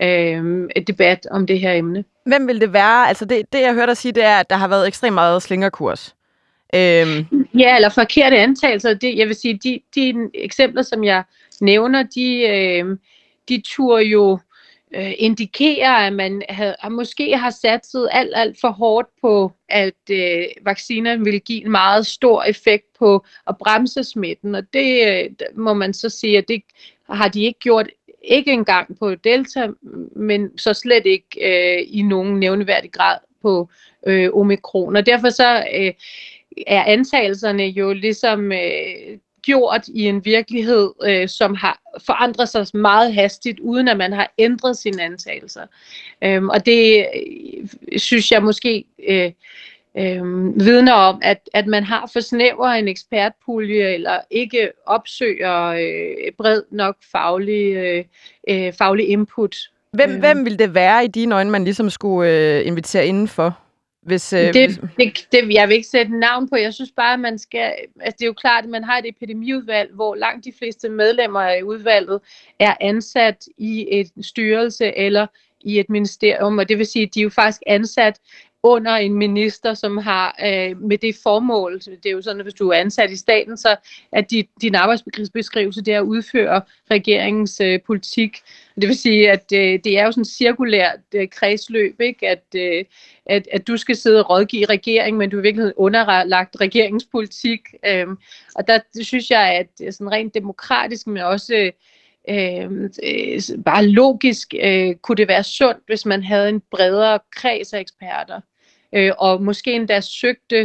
øh, debat om det her emne. Hvem vil det være? Altså det, det jeg hørte dig sige, det er, at der har været ekstremt meget slingerkurs. Øhm. Ja, eller forkerte antagelser. Det, jeg vil sige, de, de eksempler, som jeg nævner, de, øh, de turde jo øh, indikere, at man havde, måske har satset alt, alt for hårdt på, at øh, vacciner ville give en meget stor effekt på at bremse smitten. Og det øh, må man så sige, at det har de ikke gjort. Ikke engang på Delta, men så slet ikke øh, i nogen nævneværdig grad på øh, omikron. Og derfor så øh, er antagelserne jo ligesom øh, gjort i en virkelighed, øh, som har forandret sig meget hastigt, uden at man har ændret sine antagelser. Øhm, og det øh, synes jeg måske øh, øh, vidner om, at, at man har for snæver en ekspertpulje, eller ikke opsøger øh, bred nok faglig, øh, øh, faglig input. Hvem, øh. hvem vil det være i dine øjne, man ligesom skulle øh, invitere indenfor? Hvis, øh, det, hvis... det, det, jeg vil ikke sætte navn på. Jeg synes bare, at man skal... Altså det er jo klart, at man har et epidemiudvalg, hvor langt de fleste medlemmer af udvalget er ansat i et styrelse eller i et ministerium, og det vil sige, at de er jo faktisk ansat under en minister, som har øh, med det formål, det er jo sådan, at hvis du er ansat i staten, så er dit, din arbejdsbeskrivelse det er at udføre regeringens øh, politik. Det vil sige, at øh, det er jo sådan et cirkulært øh, kredsløb, ikke? At, øh, at, at du skal sidde og rådgive regeringen, men du er i virkeligheden underlagt regeringens politik. Øh, og der det synes jeg, at sådan rent demokratisk, men også Øh, øh, bare logisk øh, kunne det være sundt, hvis man havde en bredere kreds af eksperter, øh, og måske endda søgte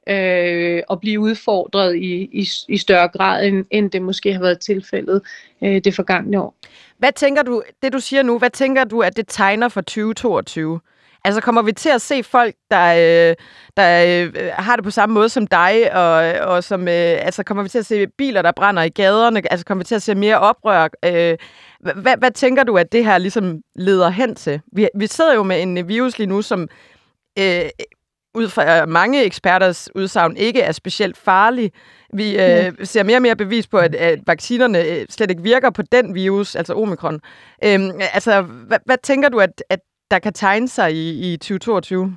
øh, at blive udfordret i, i, i større grad, end, end det måske har været tilfældet øh, det forgangne år. Hvad tænker du, det du siger nu, hvad tænker du, at det tegner for tyve toogtyve? Altså kommer vi til at se folk, der, øh, der øh, har det på samme måde som dig, og, og som, øh, altså kommer vi til at se biler, der brænder i gaderne, altså kommer vi til at se mere oprør? Øh, hvad, hvad tænker du, at det her ligesom leder hen til? Vi, vi sidder jo med en virus lige nu, som øh, ud fra mange eksperters udsagn ikke er specielt farlig. Vi øh, ser mere og mere bevis på, at, at vaccinerne slet ikke virker på den virus, altså omikron. Øh, altså, hvad, hvad tænker du, at, at der kan tegne sig i, i tyve toogtyve?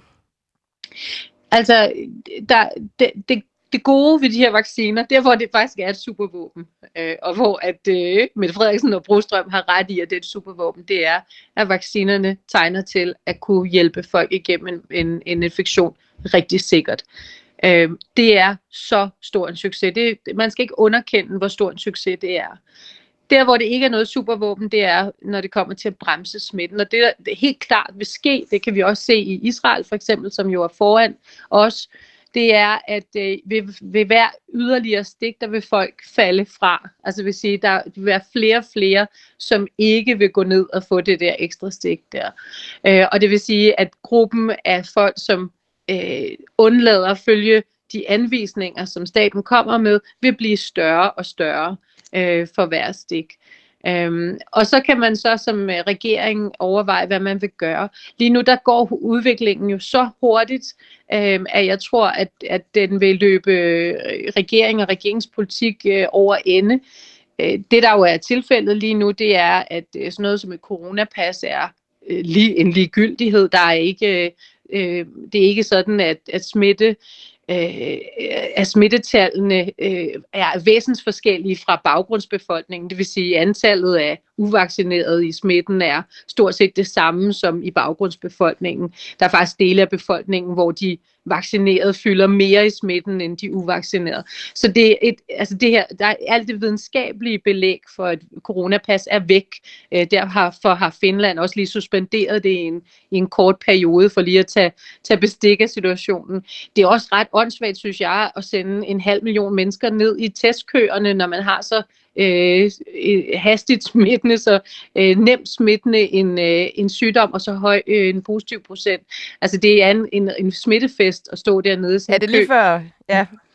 Altså, der, det, det, det gode ved de her vacciner, det er, hvor det faktisk er et supervåben, øh, og hvor at øh, Mette Frederiksen og Brostrøm har ret i, at det er et supervåben, det er, at vaccinerne tegner til at kunne hjælpe folk igennem en, en, en infektion rigtig sikkert. Øh, det er så stor en succes. Det, man skal ikke underkende, hvor stor en succes det er. Der, hvor det ikke er noget supervåben, det er, når det kommer til at bremse smitten. Og det, der helt klart vil ske, det kan vi også se i Israel for eksempel, som jo er foran os, det er, at øh, ved, ved hver yderligere stik, der vil folk falde fra. Altså vil sige, der vil være flere og flere, som ikke vil gå ned og få det der ekstra stik der. Øh, og det vil sige, at gruppen af folk, som øh, undlader at følge de anvisninger, som staten kommer med, vil blive større og større øh, for hver stik. Øhm, og så kan man så som regering overveje, hvad man vil gøre. Lige nu der går udviklingen jo så hurtigt, øhm, at jeg tror, at, at den vil løbe regering og regeringspolitik øh, over ende. Øh, det der jo er tilfældet lige nu, det er, at sådan noget som et coronapas er øh, lige, en ligegyldighed. Der er ikke, øh, det er ikke sådan, at, at smitte Øh, at smittetallene øh, er væsensforskellige fra baggrundsbefolkningen. Det vil sige, at antallet af uvaccinerede i smitten er stort set det samme som i baggrundsbefolkningen. Der er faktisk dele af befolkningen, hvor de vaccinerede fylder mere i smitten end de uvaccinerede. Så det er et, altså det her, der er alt det videnskabelige belæg for, at coronapas er væk. Derfor har Finland også lige suspenderet det i en, i en kort periode for lige at tage, tage bestik af situationen. Det er også ret åndssvagt, synes jeg, at sende en halv million mennesker ned i testkøerne, når man har så øh, hastigt smittende, så øh, nemt smittende en, øh, en sygdom, og så høj øh, en positiv procent. Altså det er en, en, en smittefest at stå dernede. Ja, det er lige før, ja.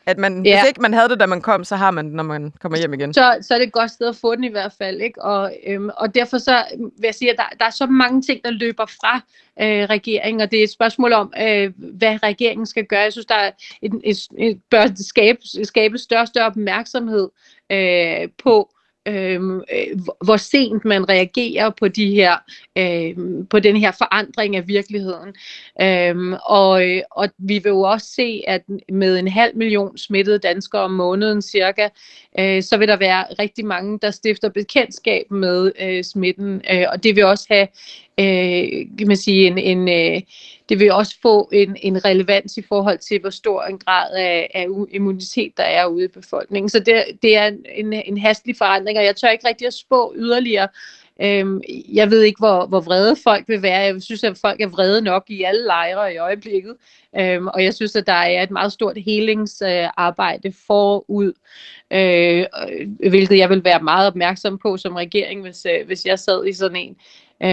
At man, Ja. hvis ikke man havde det, da man kom, så har man det, når man kommer hjem igen. Så, så er det et godt sted at få den i hvert fald, ikke? Og, øhm, og derfor så vil jeg sige, at der, der er så mange ting, der løber fra øh, regeringen, og det er et spørgsmål om, øh, hvad regeringen skal gøre. Jeg synes, der er et, et, et, bør skabe, skabe største opmærksomhed øh, på, Øhm, øh, hvor sent man reagerer på de her øh, på den her forandring af virkeligheden. Øhm, og, og vi vil jo også se, at med en halv million smittede danskere om måneden cirka, øh, så vil der være rigtig mange, der stifter bekendtskab med øh, smitten, øh, og det vil også have øh, kan man sige en, en øh, det vil også få en, en relevans i forhold til, hvor stor en grad af, af immunitet der er ude i befolkningen. Så det, det er en, en hastelig forandring, og jeg tør ikke rigtig at spå yderligere. Øhm, jeg ved ikke, hvor, hvor vrede folk vil være. Jeg synes, at folk er vrede nok i alle lejre i øjeblikket. Øhm, og jeg synes, at der er et meget stort helingsarbejde øh, forud, øh, hvilket jeg vil være meget opmærksom på som regering, hvis, øh, hvis jeg sad i sådan en.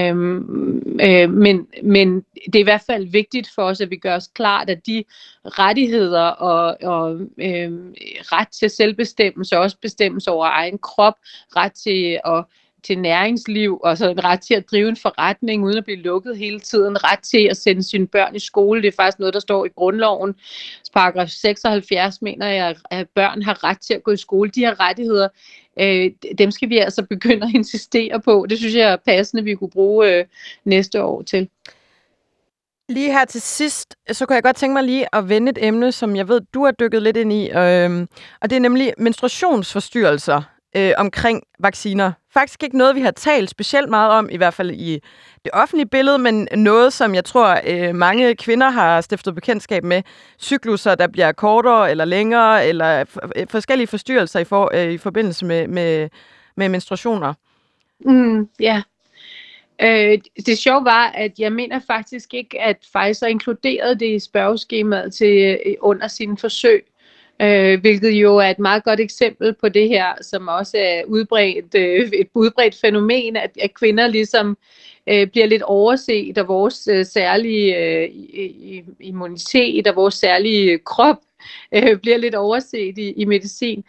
Øhm, øh, men, men det er i hvert fald vigtigt for os, at vi gør os klart, at de rettigheder og, og øh, ret til selvbestemmelse, også bestemmelse over egen krop, ret til at til næringsliv, og så en ret til at drive en forretning uden at blive lukket hele tiden, ret til at sende sine børn i skole. Det er faktisk noget, der står i grundloven. Paragraf seksoghalvfjerds mener jeg, at børn har ret til at gå i skole. De her rettigheder, øh, dem skal vi altså begynde at insistere på. Det synes jeg er passende, vi kunne bruge øh, næste år til. Lige her til sidst, så kunne jeg godt tænke mig lige at vende et emne, som jeg ved, du har dykket lidt ind i, øh, og det er nemlig menstruationsforstyrrelser øh, omkring vacciner. Faktisk ikke noget, vi har talt specielt meget om, i hvert fald i det offentlige billede, men noget, som jeg tror, øh, mange kvinder har stiftet bekendtskab med. Cykluser, der bliver kortere eller længere, eller f- forskellige forstyrrelser i, for, øh, i forbindelse med, med, med menstruationer. Mm, ja. Øh, det sjove var, at jeg mener faktisk ikke, at Pfizer inkluderede det i spørgeskemaet til øh, under sine forsøg. Øh, hvilket jo er et meget godt eksempel på det her, som også er udbredt, øh, et udbredt fænomen, at, at kvinder ligesom øh, bliver lidt overset af vores øh, særlige øh, immunitet, og vores særlige krop, øh, bliver lidt overset i, i medicin.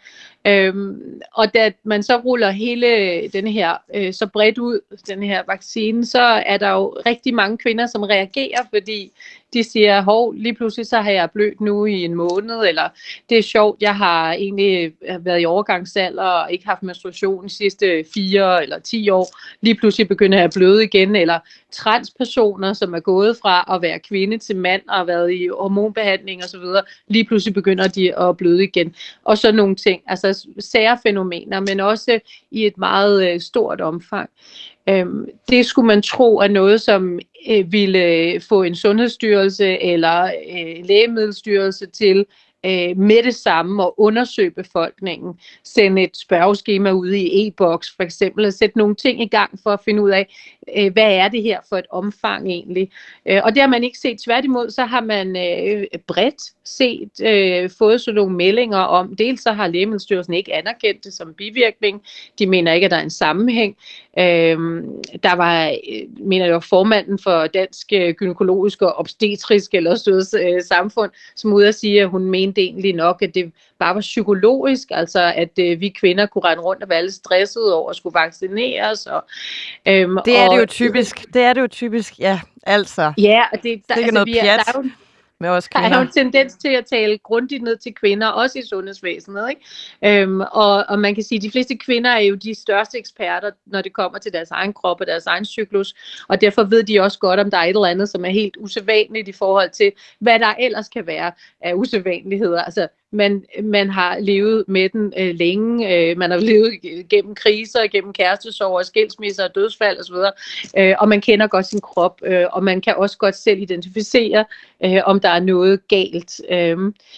Øhm, og da man så ruller hele den her øh, så bredt ud, den her vaccine, så er der jo rigtig mange kvinder, som reagerer, fordi de siger, hov, lige pludselig så har jeg blødt nu i en måned, eller det er sjovt, jeg har egentlig været i overgangsalder og ikke haft menstruation de sidste fire eller ti år, lige pludselig begynder jeg at bløde igen, eller transpersoner, som er gået fra at være kvinde til mand og har været i hormonbehandling osv., lige pludselig begynder de at bløde igen. Og så nogle ting, altså særfænomener, men også i et meget øh, stort omfang. Øhm, det skulle man tro er noget, som øh, ville få en sundhedsstyrelse eller øh, lægemiddelstyrelse til øh, med det samme og undersøge befolkningen. Sende et spørgeskema ud i e-boks for eksempel, og sætte nogle ting i gang for at finde ud af, øh, hvad er det her for et omfang egentlig. Øh, og det har man ikke set. Tværtimod, så har man øh, bredt set, øh, fået sådan nogle meldinger om, dels så har Lægemiddelstyrelsen ikke anerkendt det som bivirkning. De mener ikke, at der er en sammenhæng. Øh, der var, øh, mener jeg, formanden for Dansk Gynækologisk og Obstetrisk eller Støds øh, Samfund, som ude at sige, at hun mente egentlig nok, at det bare var psykologisk, altså at øh, vi kvinder kunne rende rundt og være lidt stressede over at skulle vaccineres. Og, øhm, det er og, det jo typisk. Det er det jo typisk, ja, altså. Ja, og det, der, det er altså, noget vi er, pjat der er jo, med os der kvinder. er jo en tendens til at tale grundigt ned til kvinder, også i sundhedsvæsenet, ikke? Øhm, og, og man kan sige, at de fleste kvinder er jo de største eksperter, når det kommer til deres egen krop og deres egen cyklus, og derfor ved de også godt, om der er et eller andet, som er helt usædvanligt i forhold til, hvad der ellers kan være af usædvanligheder. Altså, man, man har levet med den øh, længe, øh, man har levet gennem kriser, gennem kærestesorger, skilsmisser, dødsfald osv., øh, og man kender godt sin krop, øh, og man kan også godt selv identificere, øh, om der er noget galt. Øh,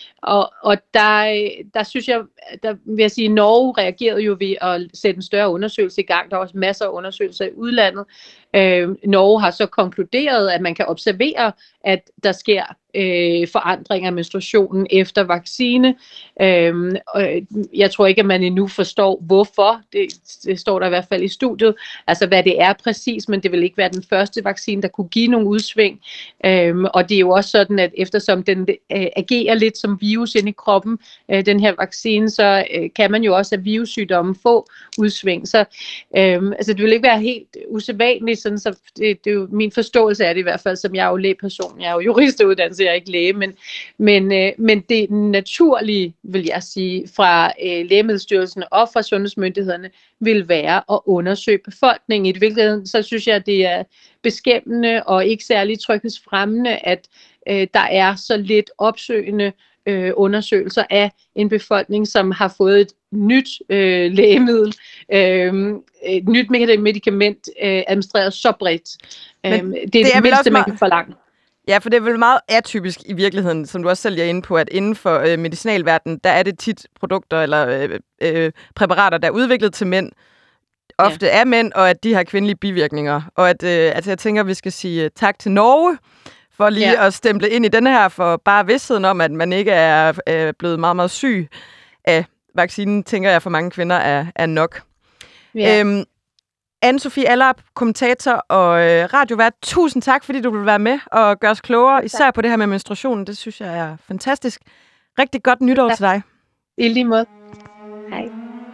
og og der, der synes jeg, der vil jeg sige, Norge reagerede jo ved at sætte en større undersøgelse i gang. Der er også masser af undersøgelser i udlandet, Øh, Norge har så konkluderet, at man kan observere, at der sker øh, forandringer af menstruationen efter vaccine. Øh, og jeg tror ikke, at man endnu forstår, hvorfor. Det, det står der i hvert fald i studiet. Altså, hvad det er præcis, men det vil ikke være den første vaccine, der kunne give nogle udsving. Øh, og det er jo også sådan, at eftersom den øh, agerer lidt som virus inde i kroppen, øh, den her vaccine, så øh, kan man jo også af virussygdommen få udsving. Så øh, altså, det vil ikke være helt usædvanligt, sådan, så det, det er jo min forståelse af det i hvert fald, som jeg er jo lægeperson. Jeg er jo juristuddannelse, jeg er ikke læge, men, men, øh, men det naturlige, vil jeg sige, fra øh, Lægemiddelstyrelsen og fra sundhedsmyndighederne, vil være at undersøge befolkningen. I hvilket så synes jeg, det er beskæmmende og ikke særlig tryghedsfremmende, at øh, der er så lidt opsøgende øh, undersøgelser af en befolkning, som har fået et nyt øh, lægemiddel, øh, et nyt medicament øh, administreret så bredt. Øh, det er det, det er mindste, man kan forlange. Ja, for det er vel meget atypisk i virkeligheden, som du også selv er inde på, at inden for øh, medicinalverdenen, der er det tit produkter eller øh, øh, præparater, der er udviklet til mænd, ofte ja. af mænd, og at de har kvindelige bivirkninger. Og at øh, altså jeg tænker, at vi skal sige tak til Norge, for lige ja. at stemple ind i denne her, for bare vidstheden om, at man ikke er øh, blevet meget, meget syg af vaccinen, tænker jeg for mange kvinder er, er nok. Ja. Øhm, Anne-Sophie Allerup, kommentator og øh, radiovært, tusind tak, fordi du vil være med og gøre os klogere, især på det her med menstruationen. Det synes jeg er fantastisk. Rigtig godt nytår ja. til dig. I lige måde. Hej.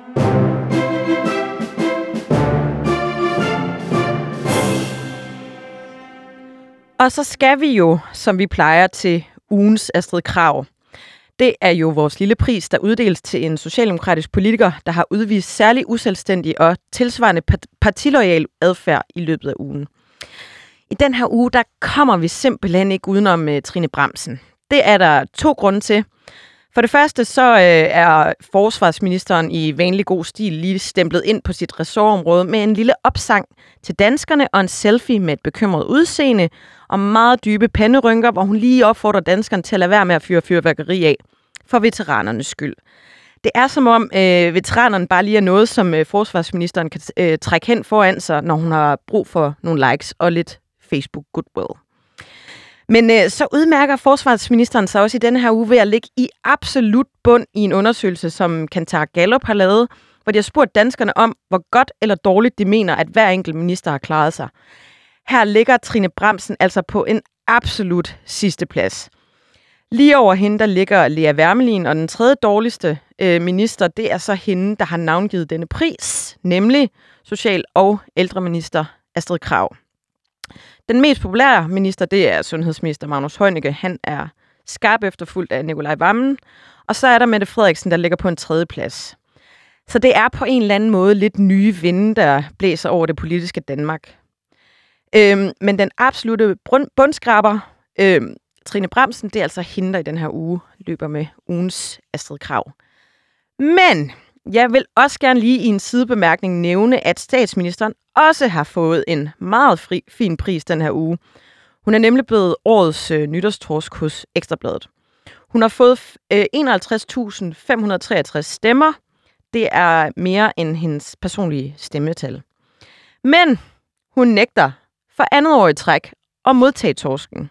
Og så skal vi jo, som vi plejer, til ugens Astrid Krag. Det er jo vores lille pris, der uddeles til en socialdemokratisk politiker, der har udvist særlig uselvstændig og tilsvarende partiloyal adfærd i løbet af ugen. I den her uge, der kommer vi simpelthen ikke udenom uh, Trine Bramsen. Det er der to grunde til. For det første så uh, er forsvarsministeren i vanlig god stil lige stemplet ind på sit ressortområde med en lille opsang til danskerne og en selfie med et bekymret udseende og meget dybe panderynker, hvor hun lige opfordrer danskerne til at lade være med at fyre fyrværkeri af for veteranernes skyld. Det er som om øh, veteranerne bare lige er noget, som øh, forsvarsministeren kan øh, trække hen foran sig, når hun har brug for nogle likes og lidt Facebook goodwill. Men øh, så udmærker forsvarsministeren sig også i denne her uge ved at ligge i absolut bund i en undersøgelse, som Kantar Gallup har lavet, hvor de har spurgt danskerne om, hvor godt eller dårligt de mener, at hver enkelt minister har klaret sig. Her ligger Trine Bramsen altså på en absolut sidste plads. Lige over hende, der ligger Lea Wermelin, og den tredje dårligste øh, minister, det er så hende, der har navngivet denne pris, nemlig social- og ældreminister Astrid Krag. Den mest populære minister, det er sundhedsminister Magnus Heunicke. Han er skarp efterfulgt af Nicolai Wammen. Og så er der Mette Frederiksen, der ligger på en tredje plads. Så det er på en eller anden måde lidt nye vinde, der blæser over det politiske Danmark. Øhm, men den absolute bundskraber, øhm, Trine Bramsen, det er altså hende, der i den her uge løber med ugens Astrid Krag. Men jeg vil også gerne lige i en sidebemærkning nævne, at statsministeren også har fået en meget fri, fin pris den her uge. Hun er nemlig blevet årets øh, nytårstorsk hos Ekstra Bladet. Hun har fået øh, enoghalvtreds tusind fem hundrede og treogtres stemmer. Det er mere end hendes personlige stemmetal. Men hun nægter for andet år i træk at modtage torsken.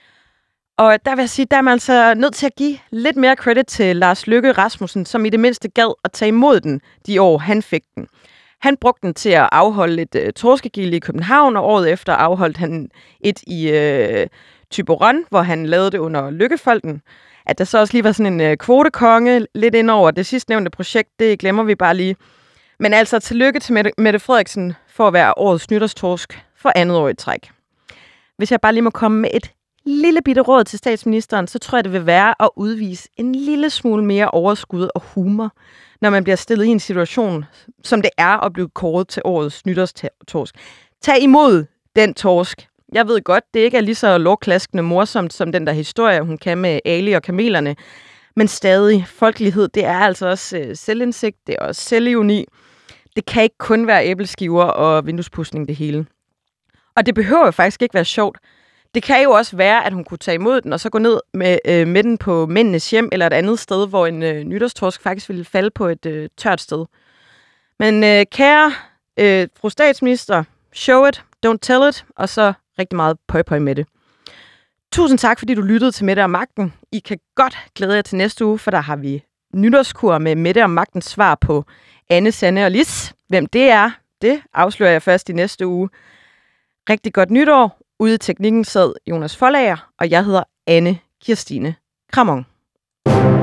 Og der vil jeg sige, der er man altså nødt til at give lidt mere credit til Lars Løkke Rasmussen, som i det mindste gad at tage imod den de år, han fik den. Han brugte den til at afholde et uh, torskegilde i København, og året efter afholdt han et i uh, Thyborøn, hvor han lavede det under Lykkefolden. At der så også lige var sådan en uh, kvotekonge lidt ind over det sidstnævnte projekt, det glemmer vi bare lige. Men altså tillykke til Mette, Mette Frederiksen for at være årets nytårstorsk for andet år i træk. Hvis jeg bare lige må komme med et lille bitte råd til statsministeren, så tror jeg, det vil være at udvise en lille smule mere overskud og humor, når man bliver stillet i en situation, som det er at blive kåret til årets nytårstorsk. Tag imod den torsk. Jeg ved godt, det ikke er lige så lovklaskende morsomt som den der historie, hun kan med Ali og kamelerne, men stadig, folkelighed, det er altså også øh, selvindsigt, det er også selvironi. Det kan ikke kun være æbleskiver og vinduespudsning det hele. Og det behøver jo faktisk ikke være sjovt. Det kan jo også være, at hun kunne tage imod den, og så gå ned med, øh, med den på mændenes hjem, eller et andet sted, hvor en øh, nytårstorsk faktisk ville falde på et øh, tørt sted. Men øh, kære øh, fru statsminister, show it, don't tell it, og så rigtig meget pøj pøj med det. Tusind tak, fordi du lyttede til Mette og Magten. I kan godt glæde jer til næste uge, for der har vi nytårskur med Mette og Magtens svar på Anne, Sanne og Lis. Hvem det er, det afslører jeg først i næste uge. Rigtig godt nytår. Ude i teknikken sad Jonas Forlager, og jeg hedder Anne Kirstine Kramon.